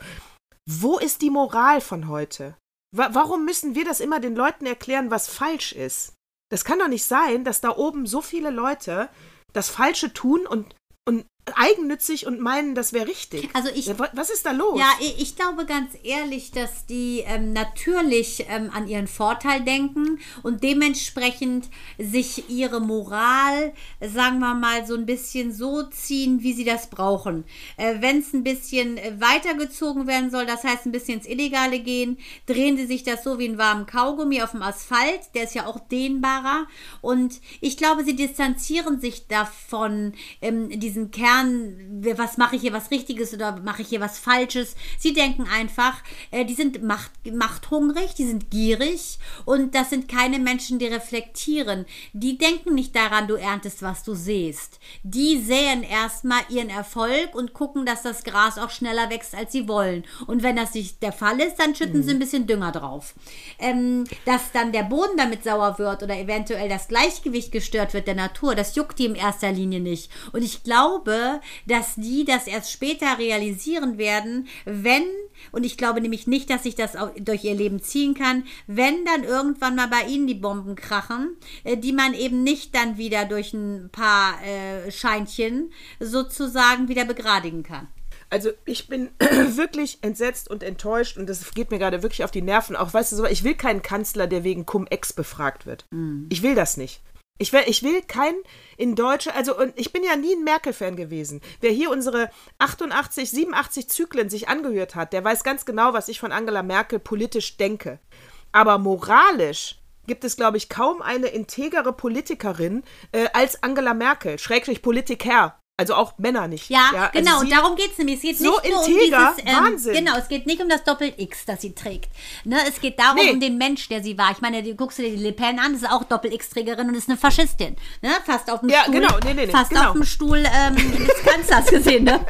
Wo ist die Moral von heute? Wa- warum müssen wir das immer den Leuten erklären, was falsch ist? Das kann doch nicht sein, dass da oben so viele Leute das Falsche tun und, und eigennützig und meinen, das wäre richtig. Also ich, ja, was ist da los? Ja, ich, ich glaube ganz ehrlich, dass die ähm, natürlich ähm, an ihren Vorteil denken und dementsprechend sich ihre Moral, sagen wir mal, so ein bisschen so ziehen, wie sie das brauchen. Äh, Wenn es ein bisschen weitergezogen werden soll, das heißt ein bisschen ins Illegale gehen, drehen sie sich das so wie einen warmen Kaugummi auf dem Asphalt, der ist ja auch dehnbarer und ich glaube, sie distanzieren sich davon, ähm, diesen Kern, was mache ich hier was Richtiges oder mache ich hier was Falsches. Sie denken einfach, äh, die sind macht, machthungrig, die sind gierig und das sind keine Menschen, die reflektieren. Die denken nicht daran, du erntest, was du sähst. Die säen erstmal ihren Erfolg und gucken, dass das Gras auch schneller wächst, als sie wollen. Und wenn das nicht der Fall ist, dann schütten mhm. sie ein bisschen Dünger drauf. Ähm, dass dann der Boden damit sauer wird oder eventuell das Gleichgewicht gestört wird der Natur, das juckt die in erster Linie nicht. Und ich glaube, dass die das erst später realisieren werden, wenn, und ich glaube nämlich nicht, dass sich das auch durch ihr Leben ziehen kann, wenn dann irgendwann mal bei ihnen die Bomben krachen, die man eben nicht dann wieder durch ein paar äh, Scheinchen sozusagen wieder begradigen kann. Also ich bin wirklich entsetzt und enttäuscht und das geht mir gerade wirklich auf die Nerven. Auch, weißt du, so, ich will keinen Kanzler, der wegen Cum-Ex befragt wird. Mm. Ich will das nicht. Ich will, ich will keinen in Deutsche, also und ich bin ja nie ein Merkel-Fan gewesen. Wer hier unsere achtundachtzig, siebenundachtzig Zyklen sich angehört hat, der weiß ganz genau, was ich von Angela Merkel politisch denke. Aber moralisch gibt es, glaube ich, kaum eine integere Politikerin äh, als Angela Merkel, Schrägstrich Politiker. Also auch Männer nicht. Ja, ja genau, also und darum geht es nämlich. Es geht so nicht nur integer, um dieses, ähm, Wahnsinn. Genau, es geht nicht um das Doppel-X, das sie trägt. Ne, es geht darum, nee. um den Mensch, der sie war. Ich meine, du guckst dir die Le Pen an, das ist auch Doppel-X-Trägerin und ist eine Faschistin. Ne? Fast auf dem ja, Stuhl, genau. nee, nee, nee, fast genau. auf dem Stuhl ähm, des Kanzlers gesehen, ne?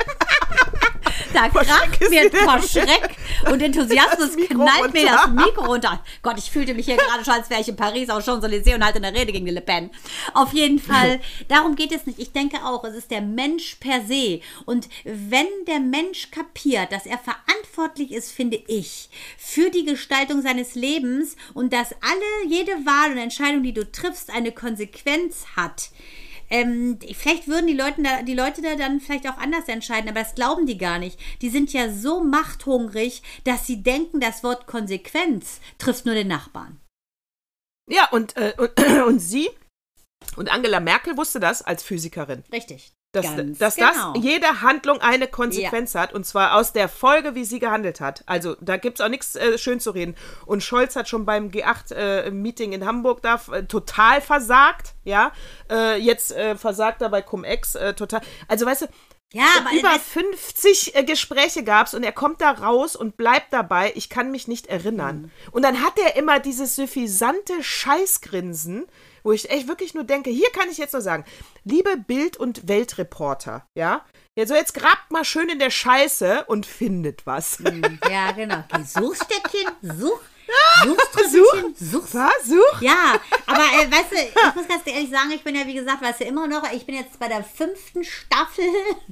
Da kracht mir vor Schreck und Enthusiasmus knallt mir das Mikro runter. Gott, ich fühlte mich hier gerade schon, als wäre ich in Paris auf Champs-Élysées und halte eine Rede gegen die Le Pen. Auf jeden Fall, darum geht es nicht. Ich denke auch, es ist der Mensch per se. Und wenn der Mensch kapiert, dass er verantwortlich ist, finde ich, für die Gestaltung seines Lebens und dass alle, jede Wahl und Entscheidung, die du triffst, eine Konsequenz hat, Ähm, vielleicht würden die Leute, da, die Leute da dann vielleicht auch anders entscheiden, aber das glauben die gar nicht. Die sind ja so machthungrig, dass sie denken, das Wort Konsequenz trifft nur den Nachbarn. Ja, und, äh, und, und sie und Angela Merkel wusste das als Physikerin. Richtig. Dass, Ganz dass genau. das jede Handlung eine Konsequenz ja. hat und zwar aus der Folge, wie sie gehandelt hat. Also da gibt es auch nichts äh, schön zu reden. Und Scholz hat schon beim G acht Meeting in Hamburg da äh, total versagt. Ja, äh, jetzt äh, versagt er bei Cum-Ex äh, total. Also weißt du, ja, aber über fünfzig äh, Gespräche gab es und er kommt da raus und bleibt dabei, ich kann mich nicht erinnern. Mhm. Und dann hat er immer dieses suffisante Scheißgrinsen, wo ich echt wirklich nur denke, hier kann ich jetzt nur sagen, liebe Bild- und Weltreporter, ja, ja, so jetzt grabt mal schön in der Scheiße und findet was. Ja, genau. Geh, Suchstädtchen, such. Suchstrippelchen? Such? Was? Such? Ja, aber äh, weißt du, ich muss ganz ehrlich sagen, ich bin ja wie gesagt, weißt du, immer noch, ich bin jetzt bei der fünften Staffel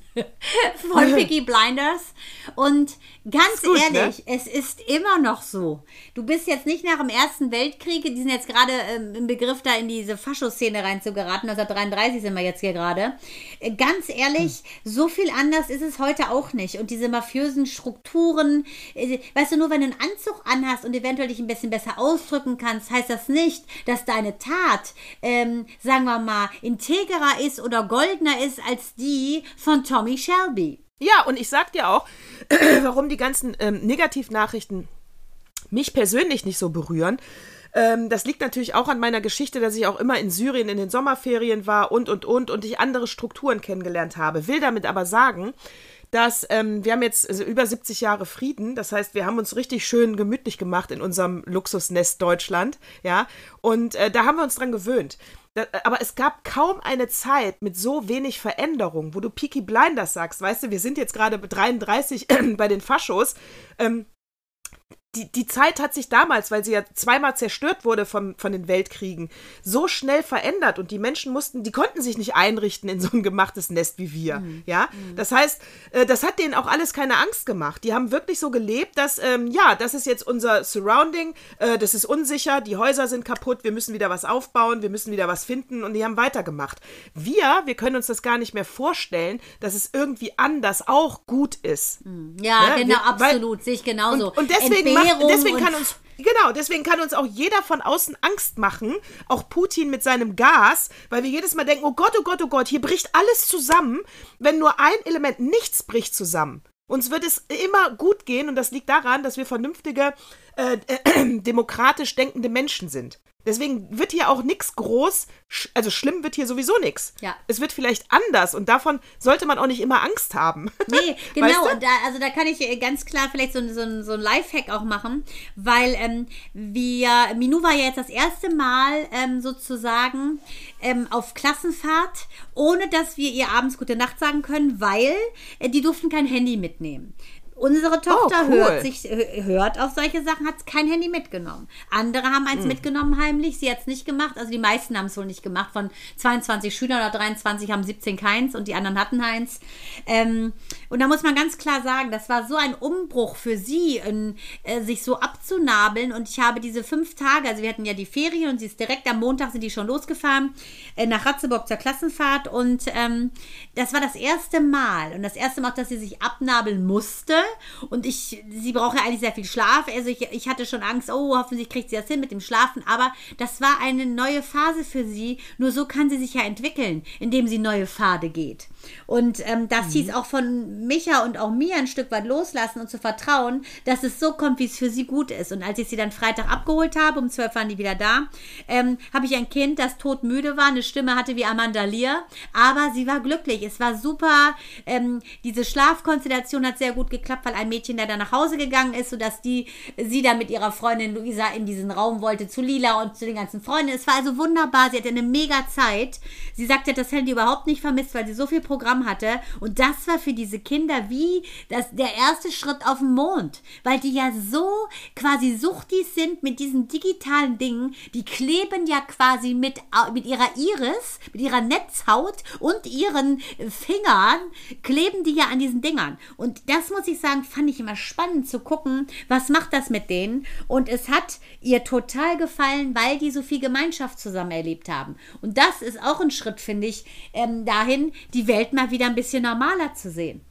von Peaky Blinders und ganz gut, ehrlich, ne? es ist immer noch so. Du bist jetzt nicht nach dem Ersten Weltkrieg, die sind jetzt gerade ähm, im Begriff, da in diese Faschoszene reinzugeraten, neunzehnhundertdreiunddreißig sind wir jetzt hier gerade. Äh, ganz ehrlich, hm. so viel anders ist es heute auch nicht und diese mafiösen Strukturen, äh, weißt du, nur wenn du einen Anzug anhast und eventuell dich ein bisschen besser ausdrücken kannst, heißt das nicht, dass deine Tat, ähm, sagen wir mal, integrer ist oder goldener ist als die von Tommy Shelby. Ja, und ich sag dir auch, warum die ganzen ähm, Negativnachrichten mich persönlich nicht so berühren. Ähm, das liegt natürlich auch an meiner Geschichte, dass ich auch immer in Syrien in den Sommerferien war und, und, und und ich andere Strukturen kennengelernt habe. Will damit aber sagen, dass ähm, wir haben jetzt also über siebzig Jahre Frieden, das heißt, wir haben uns richtig schön gemütlich gemacht in unserem Luxusnest Deutschland, ja, und äh, da haben wir uns dran gewöhnt. Da, aber es gab kaum eine Zeit mit so wenig Veränderung, wo du Peaky Blinders sagst, weißt du, wir sind jetzt gerade dreiunddreißig bei den Faschos, ähm, Die, die Zeit hat sich damals, weil sie ja zweimal zerstört wurde von, von den Weltkriegen, so schnell verändert und die Menschen mussten, die konnten sich nicht einrichten in so ein gemachtes Nest wie wir, mhm. ja. Mhm. Das heißt, äh, das hat denen auch alles keine Angst gemacht. Die haben wirklich so gelebt, dass, ähm, ja, das ist jetzt unser Surrounding, äh, das ist unsicher, die Häuser sind kaputt, wir müssen wieder was aufbauen, wir müssen wieder was finden und die haben weitergemacht. Wir, wir können uns das gar nicht mehr vorstellen, dass es irgendwie anders auch gut ist. Mhm. Ja, ja, genau, wir, absolut, weil, sehe ich genauso. Und, und deswegen Deswegen kann uns, genau, deswegen kann uns auch jeder von außen Angst machen, auch Putin mit seinem Gas, weil wir jedes Mal denken, oh Gott, oh Gott, oh Gott, hier bricht alles zusammen, wenn nur ein Element, nichts bricht zusammen. Uns wird es immer gut gehen und das liegt daran, dass wir vernünftige, äh, äh, demokratisch denkende Menschen sind. Deswegen wird hier auch nichts groß, also schlimm wird hier sowieso nichts. Ja. Es wird vielleicht anders und davon sollte man auch nicht immer Angst haben. Nee, genau. Weißt du? Und da, also da kann ich ganz klar vielleicht so, so, so ein Lifehack auch machen, weil ähm, wir, Minou war ja jetzt das erste Mal ähm, sozusagen ähm, auf Klassenfahrt, ohne dass wir ihr abends gute Nacht sagen können, weil äh, die durften kein Handy mitnehmen. Unsere Tochter oh, cool. hört sich hört auf solche Sachen, hat kein Handy mitgenommen. Andere haben eins mm. mitgenommen heimlich, sie hat es nicht gemacht. Also die meisten haben es wohl nicht gemacht. Von zweiundzwanzig Schülern oder dreiundzwanzig haben siebzehn keins und die anderen hatten eins. Ähm, und da muss man ganz klar sagen, das war so ein Umbruch für sie, in, äh, sich so abzunabeln. Und ich habe diese fünf Tage, also wir hatten ja die Ferien und sie ist direkt am Montag sind die schon losgefahren äh, nach Ratzeburg zur Klassenfahrt. Und ähm, das war das erste Mal. Und das erste Mal, dass sie sich abnabeln musste. Und ich, sie braucht ja eigentlich sehr viel Schlaf. Also ich, ich hatte schon Angst, oh, hoffentlich kriegt sie das hin mit dem Schlafen. Aber das war eine neue Phase für sie. Nur so kann sie sich ja entwickeln, indem sie neue Pfade geht. Und ähm, das mhm. hieß auch von Micha und auch mir ein Stück weit loslassen und zu vertrauen, dass es so kommt, wie es für sie gut ist. Und als ich sie dann Freitag abgeholt habe, um zwölf waren die wieder da, ähm, habe ich ein Kind, das todmüde war, eine Stimme hatte wie Amanda Lear, aber sie war glücklich. Es war super. Ähm, diese Schlafkonstellation hat sehr gut geklappt, weil ein Mädchen, der dann nach Hause gegangen ist, sodass die, sie dann mit ihrer Freundin Luisa in diesen Raum wollte, zu Lila und zu den ganzen Freunden. Es war also wunderbar. Sie hatte eine mega Zeit. Sie sagte, sie hat das Handy überhaupt nicht vermisst, weil sie so viel Programm hatte. Und das war für diese Kinder wie das, der erste Schritt auf den Mond. Weil die ja so quasi suchtig sind mit diesen digitalen Dingen. Die kleben ja quasi mit, mit ihrer Iris, mit ihrer Netzhaut und ihren Fingern, kleben die ja an diesen Dingern. Und das muss ich sagen, fand ich immer spannend zu gucken, was macht das mit denen. Und es hat ihr total gefallen, weil die so viel Gemeinschaft zusammen erlebt haben. Und das ist auch ein Schritt, finde ich, ähm, dahin, die Welt mal wieder ein bisschen normaler zu sehen.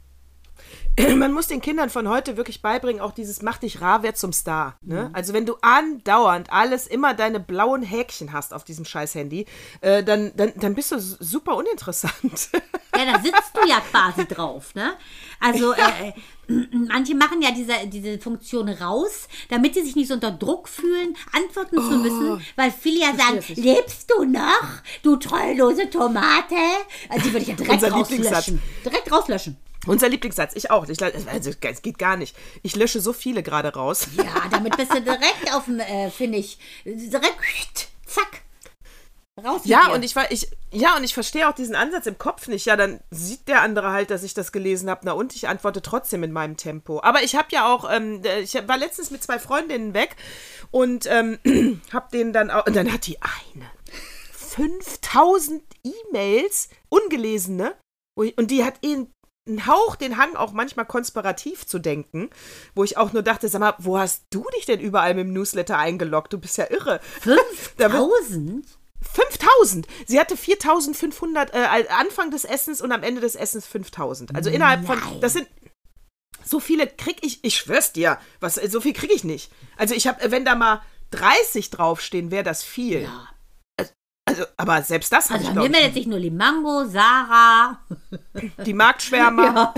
Man muss den Kindern von heute wirklich beibringen, auch dieses mach dich rar, werd zum Star. Ne? Mhm. Also wenn du andauernd alles, immer deine blauen Häkchen hast auf diesem scheiß Handy, äh, dann, dann, dann bist du super uninteressant. Ja, da sitzt du ja quasi drauf, ne? Also äh, manche machen ja diese, diese Funktion raus, damit sie sich nicht so unter Druck fühlen, antworten oh, zu müssen, weil viele ja sagen, lebst du noch, du treulose Tomate? Also die würde ich ja direkt rauslöschen. Direkt rauslöschen. Unser Lieblingssatz, ich auch. Ich, also, es geht gar nicht. Ich lösche so viele gerade raus. Ja, damit bist du direkt auf dem, äh, finde ich, direkt, zack. Raus mit Ja, dir. und ich war, ich, ja, und ich verstehe auch diesen Ansatz im Kopf nicht. Ja, dann sieht der andere halt, dass ich das gelesen habe. Na und ich antworte trotzdem in meinem Tempo. Aber ich habe ja auch, ähm, ich war letztens mit zwei Freundinnen weg und ähm, habe denen dann auch, und dann hat die eine fünftausend E-Mails, ungelesene, wo ich, und die hat ihn einen Hauch den Hang, auch manchmal konspirativ zu denken, wo ich auch nur dachte, sag mal, wo hast du dich denn überall mit dem Newsletter eingeloggt? Du bist ja irre. fünftausend? fünftausend. Sie hatte viertausendfünfhundert äh, Anfang des Essens und am Ende des Essens fünftausend. Also innerhalb von, Nein. das sind, so viele krieg ich, ich schwör's dir, was, so viel krieg ich nicht. Also ich habe, wenn da mal dreißig draufstehen, wäre das viel. Ja. Also, also, aber selbst das habe Also ich, bei mir glaub meldet sich nur Limango, Sarah. ich, die Marktschwärmer.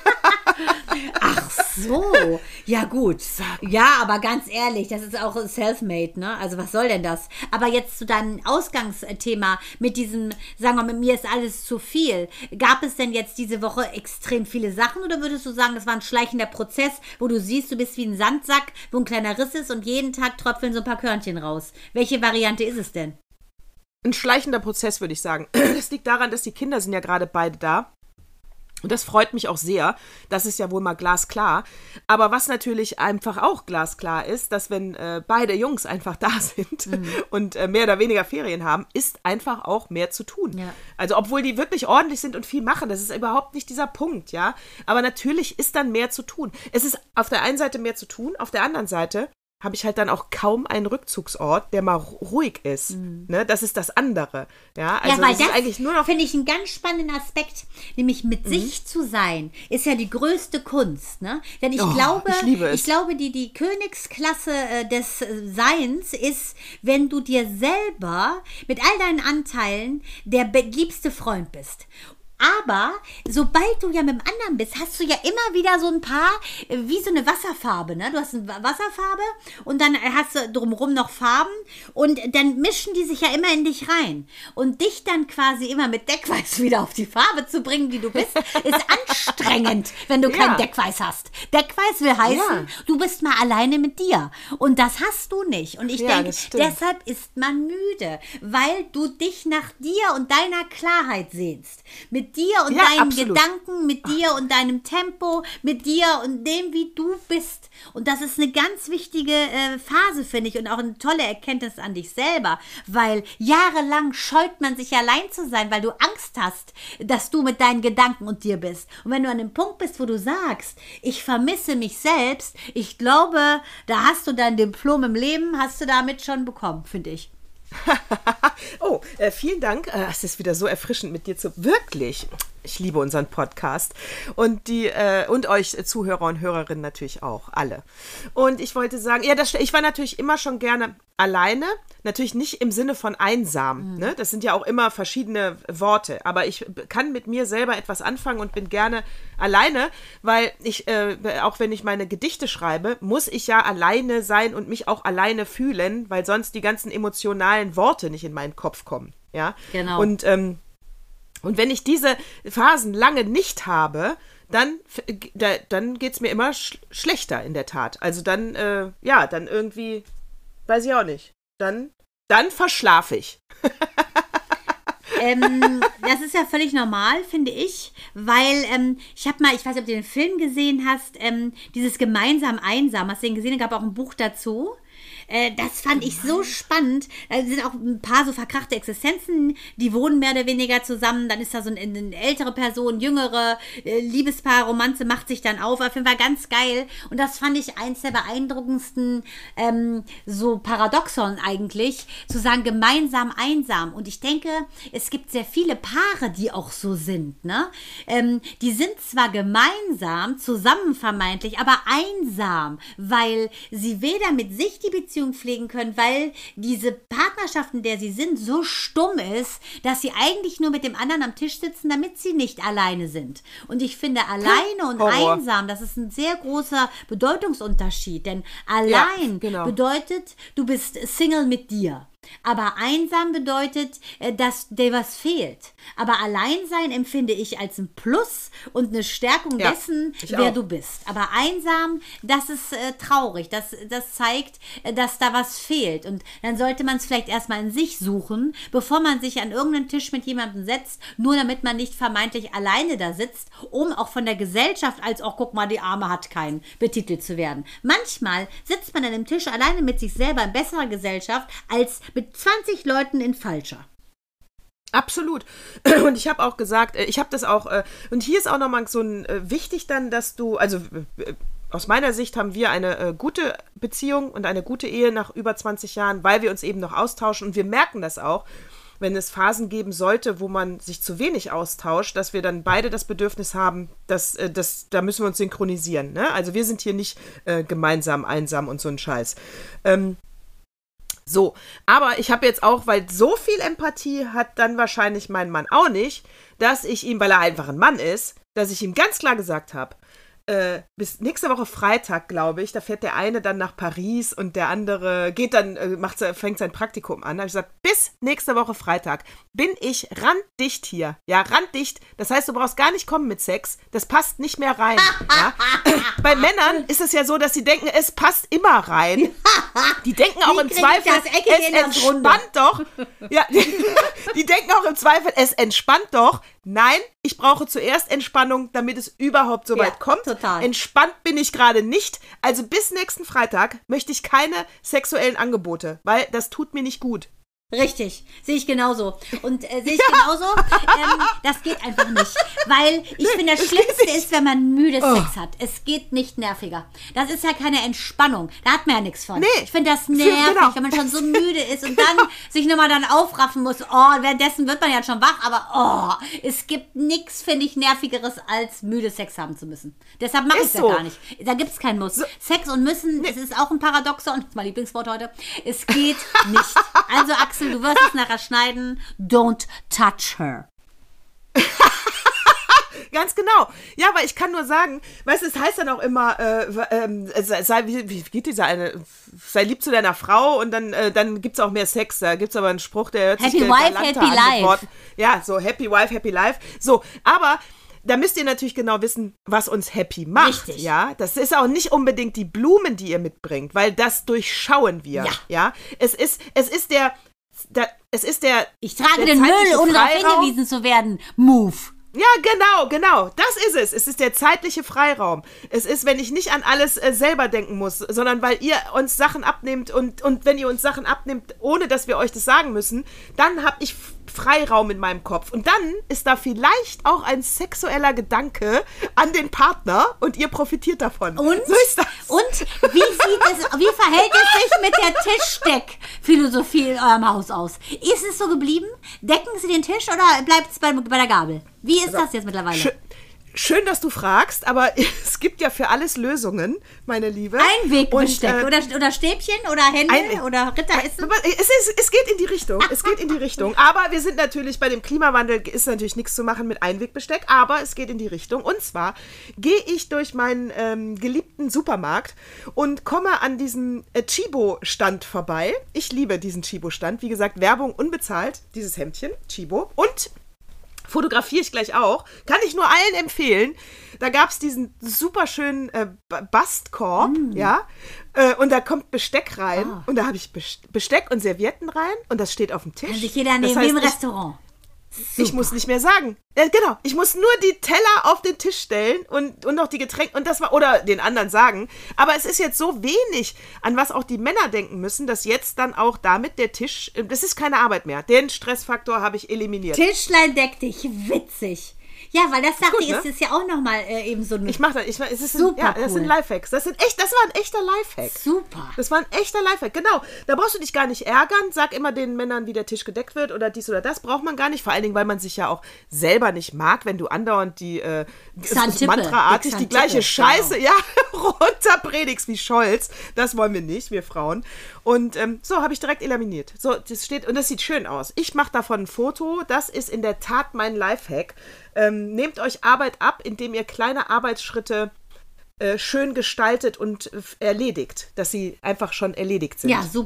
Ach so. Ja gut. Ja, aber ganz ehrlich, das ist auch self-made, ne? Also was soll denn das? Aber jetzt zu deinem Ausgangsthema mit diesem, sagen wir, mit mir ist alles zu viel. Gab es denn jetzt diese Woche extrem viele Sachen oder würdest du sagen, das war ein schleichender Prozess, wo du siehst, du bist wie ein Sandsack, wo ein kleiner Riss ist und jeden Tag tröpfeln so ein paar Körnchen raus? Welche Variante ist es denn? Ein schleichender Prozess, würde ich sagen. Das liegt daran, dass die Kinder sind ja gerade beide da. Und das freut mich auch sehr. Das ist ja wohl mal glasklar. Aber was natürlich einfach auch glasklar ist, dass wenn äh, beide Jungs einfach da sind mhm. und äh, mehr oder weniger Ferien haben, ist einfach auch mehr zu tun. Ja. Also obwohl die wirklich ordentlich sind und viel machen, das ist überhaupt nicht dieser Punkt, ja. Aber natürlich ist dann mehr zu tun. Es ist auf der einen Seite mehr zu tun, auf der anderen Seite habe ich halt dann auch kaum einen Rückzugsort, der mal ruhig ist. Mhm. Ne? Das ist das andere. Ja, also ja, weil das, das ist eigentlich nur noch, finde ich einen ganz spannenden Aspekt, nämlich mit mhm. sich zu sein, ist ja die größte Kunst. Ne? Denn ich oh, glaube, ich, liebe es. ich glaube, die, die Königsklasse äh, des äh, Seins ist, wenn du dir selber mit all deinen Anteilen der be- liebste Freund bist. Aber sobald du ja mit dem anderen bist, hast du ja immer wieder so ein paar, wie so eine Wasserfarbe, ne? Du hast eine Wasserfarbe und dann hast du drumherum noch Farben und dann mischen die sich ja immer in dich rein. Und dich dann quasi immer mit Deckweiß wieder auf die Farbe zu bringen, die du bist, ist anstrengend, wenn du kein ja. Deckweiß hast. Deckweiß will heißen, ja. du bist mal alleine mit dir. Und das hast du nicht. Und ich ja, denke, deshalb ist man müde, weil du dich nach dir und deiner Klarheit sehnst. Mit dir und ja, deinen absolut. Gedanken, mit dir und deinem Tempo, mit dir und dem, wie du bist. Und das ist eine ganz wichtige äh, Phase, finde ich, und auch eine tolle Erkenntnis an dich selber, weil jahrelang scheut man sich allein zu sein, weil du Angst hast, dass du mit deinen Gedanken und dir bist. Und wenn du an dem Punkt bist, wo du sagst, ich vermisse mich selbst, ich glaube, da hast du dein Diplom im Leben, hast du damit schon bekommen, finde ich. oh, äh, vielen Dank. Äh, es ist wieder so erfrischend mit dir zu... Wirklich. Ich liebe unseren Podcast. Und die äh, und euch äh, Zuhörer und Hörerinnen natürlich auch. Alle. Und ich wollte sagen, ja, das, ich war natürlich immer schon gerne alleine. Natürlich nicht im Sinne von einsam. Mhm. Ne? Das sind ja auch immer verschiedene Worte. Aber ich kann mit mir selber etwas anfangen und bin gerne alleine, weil ich, äh, auch wenn ich meine Gedichte schreibe, muss ich ja alleine sein und mich auch alleine fühlen, weil sonst die ganzen emotionalen Worte nicht in meinen Kopf kommen. Ja, genau. Und, ähm, und wenn ich diese Phasen lange nicht habe, dann, da, dann geht es mir immer sch- schlechter in der Tat. Also dann, äh, ja, dann irgendwie, weiß ich auch nicht. Dann, dann verschlafe ich. ähm, das ist ja völlig normal, finde ich, weil ähm, ich habe mal, ich weiß nicht, ob du den Film gesehen hast, ähm, dieses gemeinsam einsam, hast du den gesehen? Es gab auch ein Buch dazu. Äh, das fand ich so spannend. Da sind auch ein paar so verkrachte Existenzen, die wohnen mehr oder weniger zusammen. Dann ist da so eine, eine ältere Person, jüngere, äh, Liebespaar, Romanze macht sich dann auf. Auf jeden Fall ganz geil. Und das fand ich eins der beeindruckendsten ähm, so Paradoxon eigentlich, zu sagen, gemeinsam einsam. Und ich denke, es gibt sehr viele Paare, die auch so sind. Ne? Ähm, die sind zwar gemeinsam, zusammen vermeintlich, aber einsam, weil sie weder mit sich die Beziehung pflegen können, weil diese Partnerschaft, in der sie sind, so stumm ist, dass sie eigentlich nur mit dem anderen am Tisch sitzen, damit sie nicht alleine sind. Und ich finde, alleine und Horror. einsam, das ist ein sehr großer Bedeutungsunterschied, denn allein ja, genau. bedeutet, du bist Single mit dir. Aber einsam bedeutet, äh, dass dir was fehlt. Aber Alleinsein empfinde ich als ein Plus und eine Stärkung Ja, dessen, ich wer auch. du bist. Aber einsam, das ist äh, traurig. Das, das zeigt, äh, dass da was fehlt. Und dann sollte man es vielleicht erstmal in sich suchen, bevor man sich an irgendeinen Tisch mit jemandem setzt, nur damit man nicht vermeintlich alleine da sitzt, um auch von der Gesellschaft als auch, guck mal, die Arme hat keinen, betitelt zu werden. Manchmal sitzt man an einem Tisch alleine mit sich selber in besserer Gesellschaft als mit zwanzig Leuten in falscher. Absolut. Und ich habe auch gesagt, äh, ich habe das auch, äh, und hier ist auch nochmal so ein äh, wichtig dann, dass du, also äh, aus meiner Sicht haben wir eine äh, gute Beziehung und eine gute Ehe nach über zwanzig Jahren, weil wir uns eben noch austauschen und wir merken das auch, wenn es Phasen geben sollte, wo man sich zu wenig austauscht, dass wir dann beide das Bedürfnis haben, dass, äh, dass da müssen wir uns synchronisieren. Ne? Also wir sind hier nicht äh, gemeinsam einsam und so ein Scheiß. Ähm, So, aber ich habe jetzt auch, weil so viel Empathie hat dann wahrscheinlich mein Mann auch nicht, dass ich ihm, weil er einfach ein Mann ist, dass ich ihm ganz klar gesagt habe, äh, bis nächste Woche Freitag, glaube ich, da fährt der eine dann nach Paris und der andere geht dann, äh, macht, fängt sein Praktikum an. Da habe ich gesagt, bis nächste Woche Freitag bin ich randdicht hier. Ja, randdicht. Das heißt, du brauchst gar nicht kommen mit Sex. Das passt nicht mehr rein. Ja? Bei Männern ist es ja so, dass sie denken, es passt immer rein. Die denken auch Die im kriegen Zweifel, das Eckige es in der Runde. entspannt doch. Ja, die, die denken auch im Zweifel, es entspannt doch. Nein, ich brauche zuerst Entspannung, damit es überhaupt so Ja, weit kommt. total. Entspannt bin ich gerade nicht. Also bis nächsten Freitag möchte ich keine sexuellen Angebote, weil das tut mir nicht gut. Richtig, sehe ich genauso. Und äh, sehe ich genauso, ähm, das geht einfach nicht. Weil ich finde, das Schlimmste ist, wenn man müde Oh. Sex hat. Es geht nicht nerviger. Das ist ja keine Entspannung. Da hat man ja nichts von. Nee, Ich finde das für- nervig, genau. wenn man schon so müde ist und dann sich nochmal dann aufraffen muss. Oh, währenddessen wird man ja schon wach, aber oh, es gibt nichts, finde ich, nervigeres, als müde Sex haben zu müssen. Deshalb mache ich Ist es so. ja gar nicht. Da gibt es keinen Muss. Sex und müssen, es ist auch ein Paradoxon, das ist mein Lieblingswort heute. Es geht nicht. Also Axel, du wirst es nachher schneiden. Don't touch her. Ganz genau. Ja, aber ich kann nur sagen, weißt du, es heißt dann auch immer, äh, ähm, sei, sei, wie, wie geht dieser eine, sei lieb zu deiner Frau und dann, äh, dann gibt es auch mehr Sex. Da gibt es aber einen Spruch, der hört Happy sich wife, galanter happy an mit life. Worten. Ja, so Happy Wife, Happy Life. So, aber da müsst ihr natürlich genau wissen, was uns happy macht. Richtig. Ja, das ist auch nicht unbedingt die Blumen, die ihr mitbringt, weil das durchschauen wir. Ja. Ja, es ist, es ist der, der es ist der. Ich trage der den Müll, zeitliche ohne darauf Freiraum. hingewiesen zu werden. Move. Ja, genau, genau. Das ist es. Es ist der zeitliche Freiraum. Es ist, wenn ich nicht an alles äh, selber denken muss, sondern weil ihr uns Sachen abnehmt und, und wenn ihr uns Sachen abnehmt, ohne dass wir euch das sagen müssen, dann habe ich Freiraum in meinem Kopf. Und dann ist da vielleicht auch ein sexueller Gedanke an den Partner und ihr profitiert davon. Und, so ist das. und wie sieht es, wie verhält es sich mit der Tischdeck-Philosophie in eurem Haus aus? Ist es so geblieben? Decken Sie den Tisch oder bleibt es bei, bei der Gabel? Wie ist das jetzt mittlerweile? Schön, schön, dass du fragst, aber es gibt ja für alles Lösungen, meine Liebe. Einwegbesteck Und, äh, oder, oder Stäbchen oder Hände Einweg- oder Ritteressen? Aber Es, ist, es geht in die Richtung. Es geht in die Richtung. Aber wir sind natürlich bei dem Klimawandel, ist natürlich nichts zu machen mit Einwegbesteck, aber es geht in die Richtung. Und zwar gehe ich durch meinen ähm, geliebten Supermarkt und komme an diesem äh, Chibo-Stand vorbei. Ich liebe diesen Chibo-Stand. Wie gesagt, Werbung unbezahlt. Dieses Hemdchen, Chibo. Und fotografiere ich gleich auch. Kann ich nur allen empfehlen. Da gab es diesen super schönen äh, B- Bastkorb, Mm. ja. Äh, und da kommt Besteck rein. Ah. Und da habe ich Best- Besteck und Servietten rein. Und das steht auf dem Tisch. Kann sich jeder Das nehmen heißt, wie im ich- Restaurant. Ich muss nicht mehr sagen. Äh, genau. Ich muss nur die Teller auf den Tisch stellen und, und noch die Getränke und das war, oder den anderen sagen. Aber es ist jetzt so wenig, an was auch die Männer denken müssen, dass jetzt dann auch damit der Tisch, äh, das ist keine Arbeit mehr. Den Stressfaktor habe ich eliminiert. Tischlein deck dich, witzig. Ja, weil das dachte gut, ich, ne? ist jetzt ja auch nochmal äh, eben so ein Ich mache das. Ich, es ist Super ein, ja, das cool. sind Lifehacks. Das sind echt, das war ein echter Lifehack. super. Das war ein echter Lifehack, genau. Da brauchst du dich gar nicht ärgern. Sag immer den Männern, wie der Tisch gedeckt wird oder dies oder das. Braucht man gar nicht. Vor allen Dingen, weil man sich ja auch selber nicht mag, wenn du andauernd die äh, Xantippe. mantraartig die Die gleiche Xantippe, Scheiße ja, runterpredigst wie Scholz. Das wollen wir nicht, wir Frauen. Und ähm, so habe ich direkt eliminiert. So, das steht, und das sieht schön aus. Ich mache davon ein Foto. Das ist in der Tat mein Lifehack. Ähm, nehmt euch Arbeit ab, indem ihr kleine Arbeitsschritte äh, schön gestaltet und äh, erledigt, dass sie einfach schon erledigt sind. Ja, super.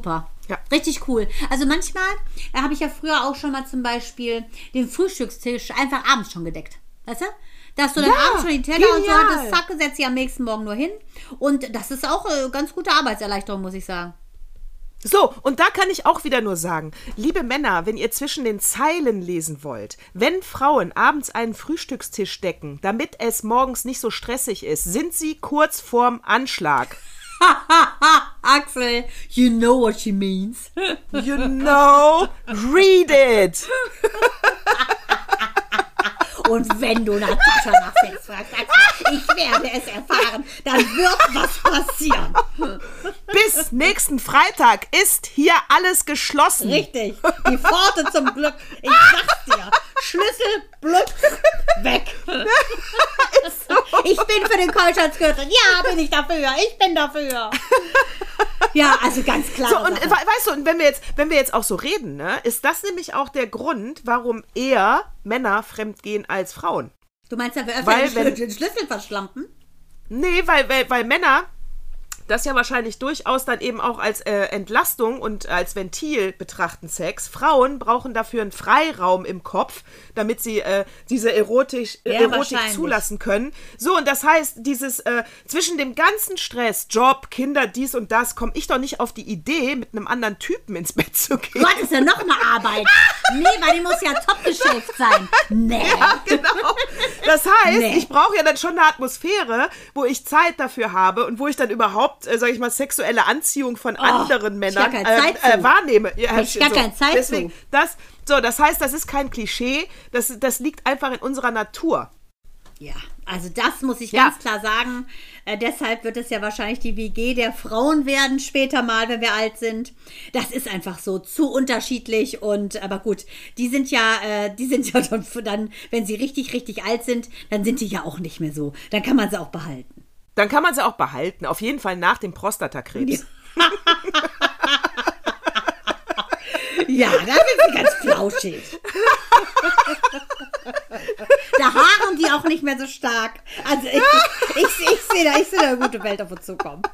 Ja. Richtig cool. Also manchmal äh, habe ich ja früher auch schon mal zum Beispiel den Frühstückstisch einfach abends schon gedeckt. Weißt du? Da hast du dann Ja, abends schon die Teller und so genial. hattest, zack, setzt sie am nächsten Morgen nur hin. Und das ist auch äh, ganz gute Arbeitserleichterung, muss ich sagen. So, und da kann ich auch wieder nur sagen, liebe Männer, wenn ihr zwischen den Zeilen lesen wollt, wenn Frauen abends einen Frühstückstisch decken, damit es morgens nicht so stressig ist, sind sie kurz vorm Anschlag. Axel, you know what she means. You know, read it. Und wenn du Natascha nach Sex fragst, Axel, ich werde es erfahren, dann wird was passieren. Bis nächsten Freitag ist hier alles geschlossen. Richtig, die Pforte zum Glück. Ich sag's dir, Schlüssel, blub, weg. Ich bin für den Keuschheitsgürtel. Ja, bin ich dafür. Ich bin dafür. Ja, also ganz klar. So, und we- weißt du, und wenn wir jetzt, wenn wir jetzt auch so reden, ne, ist das nämlich auch der Grund, warum eher Männer fremdgehen als Frauen. Du meinst, da wir öfter Weil, den, wenn- den Schlüssel verschlampen? Nee, weil, weil, weil Männer das ja wahrscheinlich durchaus dann eben auch als äh, Entlastung und als Ventil betrachten Sex. Frauen brauchen dafür einen Freiraum im Kopf, damit sie äh, diese Erotik, äh, Ja, Erotik wahrscheinlich. zulassen können. So, und das heißt, dieses äh, zwischen dem ganzen Stress, Job, Kinder, dies und das, komme ich doch nicht auf die Idee, mit einem anderen Typen ins Bett zu gehen. Gott, ist ja noch mal Arbeit. Nee, weil die muss ja top geschäft sein. Nee. Ja, genau. Das heißt, Nee. ich brauche ja dann schon eine Atmosphäre, wo ich Zeit dafür habe und wo ich dann überhaupt, äh, sag ich mal, sexuelle Anziehung von anderen Männern gar keine Zeit äh, zu. äh, wahrnehme. Ja, Hätte ich gar keine Zeit deswegen, zu. Das, so, das heißt, das ist kein Klischee, das, das liegt einfach in unserer Natur. Ja, also das muss ich Ja. ganz klar sagen. Äh, deshalb wird es ja wahrscheinlich die W G der Frauen werden später mal, wenn wir alt sind. Das ist einfach so zu unterschiedlich und aber gut, die sind ja, äh, die sind ja dann, dann, wenn sie richtig, richtig alt sind, dann sind die ja auch nicht mehr so. Dann kann man sie auch behalten. Dann kann man sie auch behalten, auf jeden Fall nach dem Prostatakrebs. Ja, da sind sie ganz flauschig. Da haaren die auch nicht mehr so stark. Also ich, ich, ich sehe da, ich sehe da eine gute Welt auf uns zukommen.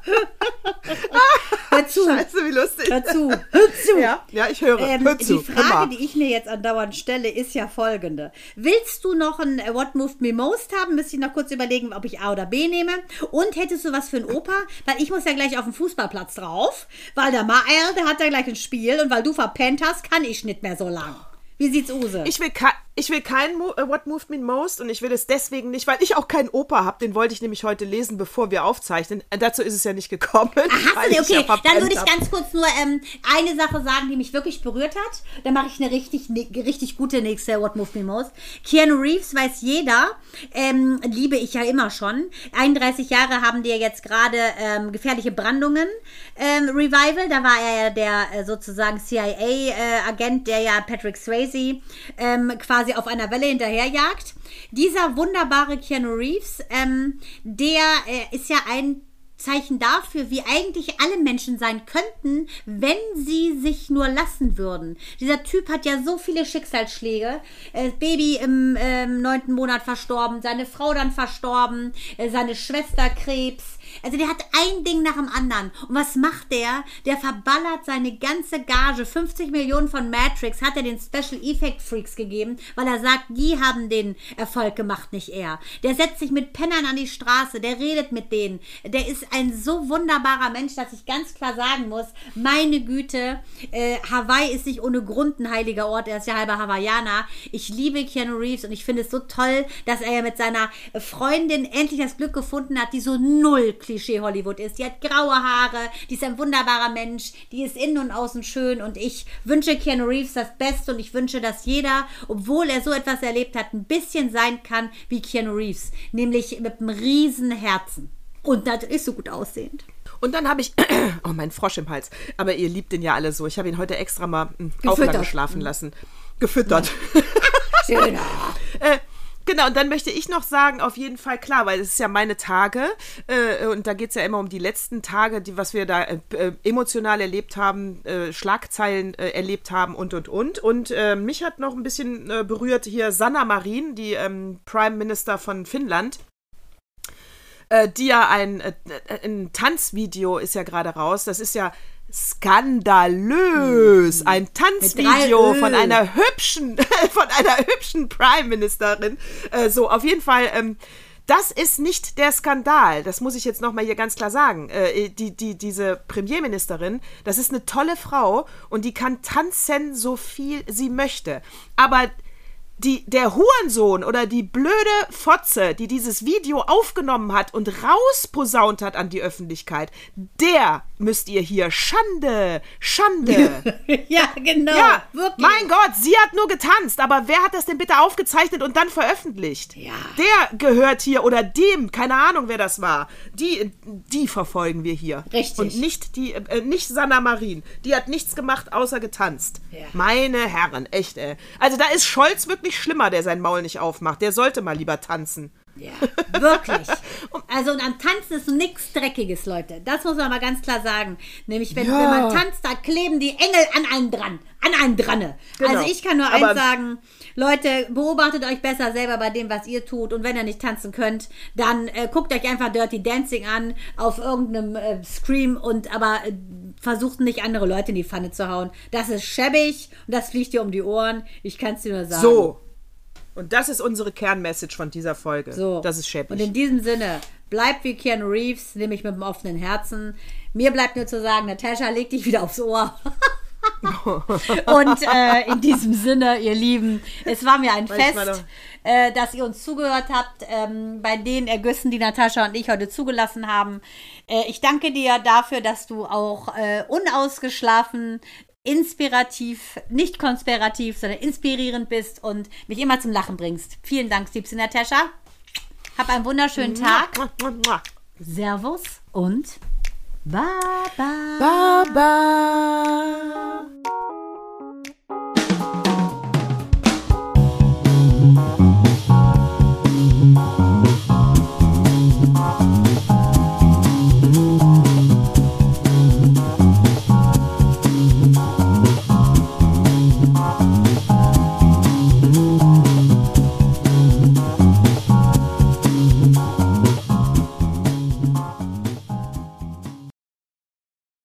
Hör zu. Scheiße, wie lustig. Hör zu. Hör zu. Ja, ja, ich höre. Ähm, Hör zu. die Hör mal. Frage, die ich mir jetzt andauernd stelle, ist ja folgende. Willst du noch ein äh, What Moved Me Most haben? Müsste ich noch kurz überlegen, ob ich A oder B nehme. Und hättest du was für einen Opa? Weil ich muss ja gleich auf den Fußballplatz drauf, weil der Mael, der hat ja gleich ein Spiel und weil du verpennt hast, kann ich nicht mehr so lang. Wie sieht's Use? Ich will, ke- ich will kein Mo- äh, What Moved Me Most und ich will es deswegen nicht, weil ich auch keinen Opa habe. Den wollte ich nämlich heute lesen, bevor wir aufzeichnen. Äh, dazu ist es ja nicht gekommen. Ach, hast weil du den? ich ja Okay, verpennt dann würde ich hab. ganz kurz nur ähm, eine Sache sagen, die mich wirklich berührt hat. Dann mache ich eine richtig, ne, richtig gute nächste What Moved Me Most. Keanu Reeves weiß jeder, ähm, liebe ich ja immer schon. einunddreißig Jahre haben die ja jetzt gerade ähm, gefährliche Brandungen ähm, Revival. Da war er ja der äh, sozusagen C I A-Agent, der ja Patrick Swayze ähm, quasi auf einer Welle hinterherjagt. Dieser wunderbare Keanu Reeves, ähm, der äh, ist ja ein Zeichen dafür, wie eigentlich alle Menschen sein könnten, wenn sie sich nur lassen würden. Dieser Typ hat ja so viele Schicksalsschläge. Äh, Baby im ähm, neunten Monat verstorben, seine Frau dann verstorben, äh, seine Schwester Krebs. Also der hat ein Ding nach dem anderen. Und was macht der? Der verballert seine ganze Gage. fünfzig Millionen von Matrix hat er den Special Effect Freaks gegeben, weil er sagt, die haben den Erfolg gemacht, nicht er. Der setzt sich mit Pennern an die Straße, der redet mit denen. Der ist ein so wunderbarer Mensch, dass ich ganz klar sagen muss, meine Güte, äh, Hawaii ist nicht ohne Grund ein heiliger Ort. Er ist ja halber Hawaiianer. Ich liebe Keanu Reeves und ich finde es so toll, dass er ja mit seiner Freundin endlich das Glück gefunden hat, die so null Klischee Hollywood ist. Die hat graue Haare, die ist ein wunderbarer Mensch, die ist innen und außen schön und ich wünsche Keanu Reeves das Beste und ich wünsche, dass jeder, obwohl er so etwas erlebt hat, ein bisschen sein kann wie Keanu Reeves, nämlich mit einem riesen Herzen und natürlich so gut aussehend. Und dann habe ich, oh, mein Frosch im Hals, aber ihr liebt den ja alle so. Ich habe ihn heute extra mal mh, Gefüttert. auflange schlafen lassen. Gefüttert. Schöner. äh, Genau, und dann möchte ich noch sagen, auf jeden Fall klar, weil es ist ja meine Tage äh, und da geht es ja immer um die letzten Tage, die, was wir da äh, äh, emotional erlebt haben, äh, Schlagzeilen äh, erlebt haben und, und, und. Und äh, mich hat noch ein bisschen äh, berührt hier Sanna Marin, die ähm, Prime Minister von Finnland. Äh, die ja ein, äh, ein Tanzvideo ist ja gerade raus. Das ist ja skandalös. Ein Tanzvideo Ö. von einer hübschen, von einer hübschen Prime Ministerin. Äh, so, auf jeden Fall, ähm, das ist nicht der Skandal. Das muss ich jetzt nochmal hier ganz klar sagen. Äh, die, die, diese Premierministerin, das ist eine tolle Frau und die kann tanzen, so viel sie möchte. Aber Die, der Hurensohn oder die blöde Fotze, die dieses Video aufgenommen hat und rausposaunt hat an die Öffentlichkeit, der müsst ihr hier Schande, Schande. Ja, genau. Ja, wirklich. mein Gott, sie hat nur getanzt, aber wer hat das denn bitte aufgezeichnet und dann veröffentlicht? Ja. Der gehört hier oder dem, keine Ahnung, wer das war. Die, die verfolgen wir hier. Richtig. Und nicht die, äh, nicht Sanna Marin. Die hat nichts gemacht, außer getanzt. Ja. Meine Herren, echt, ey. Also da ist Scholz wirklich schlimmer, der sein Maul nicht aufmacht. Der sollte mal lieber tanzen. Ja, wirklich. Also und am Tanzen ist nichts Dreckiges, Leute. Das muss man mal ganz klar sagen. Nämlich, wenn, Ja. wenn man tanzt, da kleben die Engel an einem dran. An einem dran. Genau. Also ich kann nur Aber- eins sagen, Leute, beobachtet euch besser selber bei dem, was ihr tut. Und wenn ihr nicht tanzen könnt, dann äh, guckt euch einfach Dirty Dancing an auf irgendeinem äh, Scream und aber äh, versucht nicht andere Leute in die Pfanne zu hauen. Das ist schäbig und das fliegt dir um die Ohren. Ich kann es dir nur sagen. So. Und das ist unsere Kernmessage von dieser Folge. So. Das ist schäbig. Und in diesem Sinne, bleibt wie Keanu Reeves, nämlich mit dem offenen Herzen. Mir bleibt nur zu sagen, Natascha, leg dich wieder aufs Ohr. Und äh, in diesem Sinne, ihr Lieben, es war mir ein Manchmal Fest, äh, dass ihr uns zugehört habt ähm, bei den Ergüssen, die Natascha und ich heute zugelassen haben. Äh, ich danke dir dafür, dass du auch äh, unausgeschlafen, inspirativ, nicht konspirativ, sondern inspirierend bist und mich immer zum Lachen bringst. Vielen Dank, liebste Natascha. Hab einen wunderschönen Tag. Servus und Baba. Baba.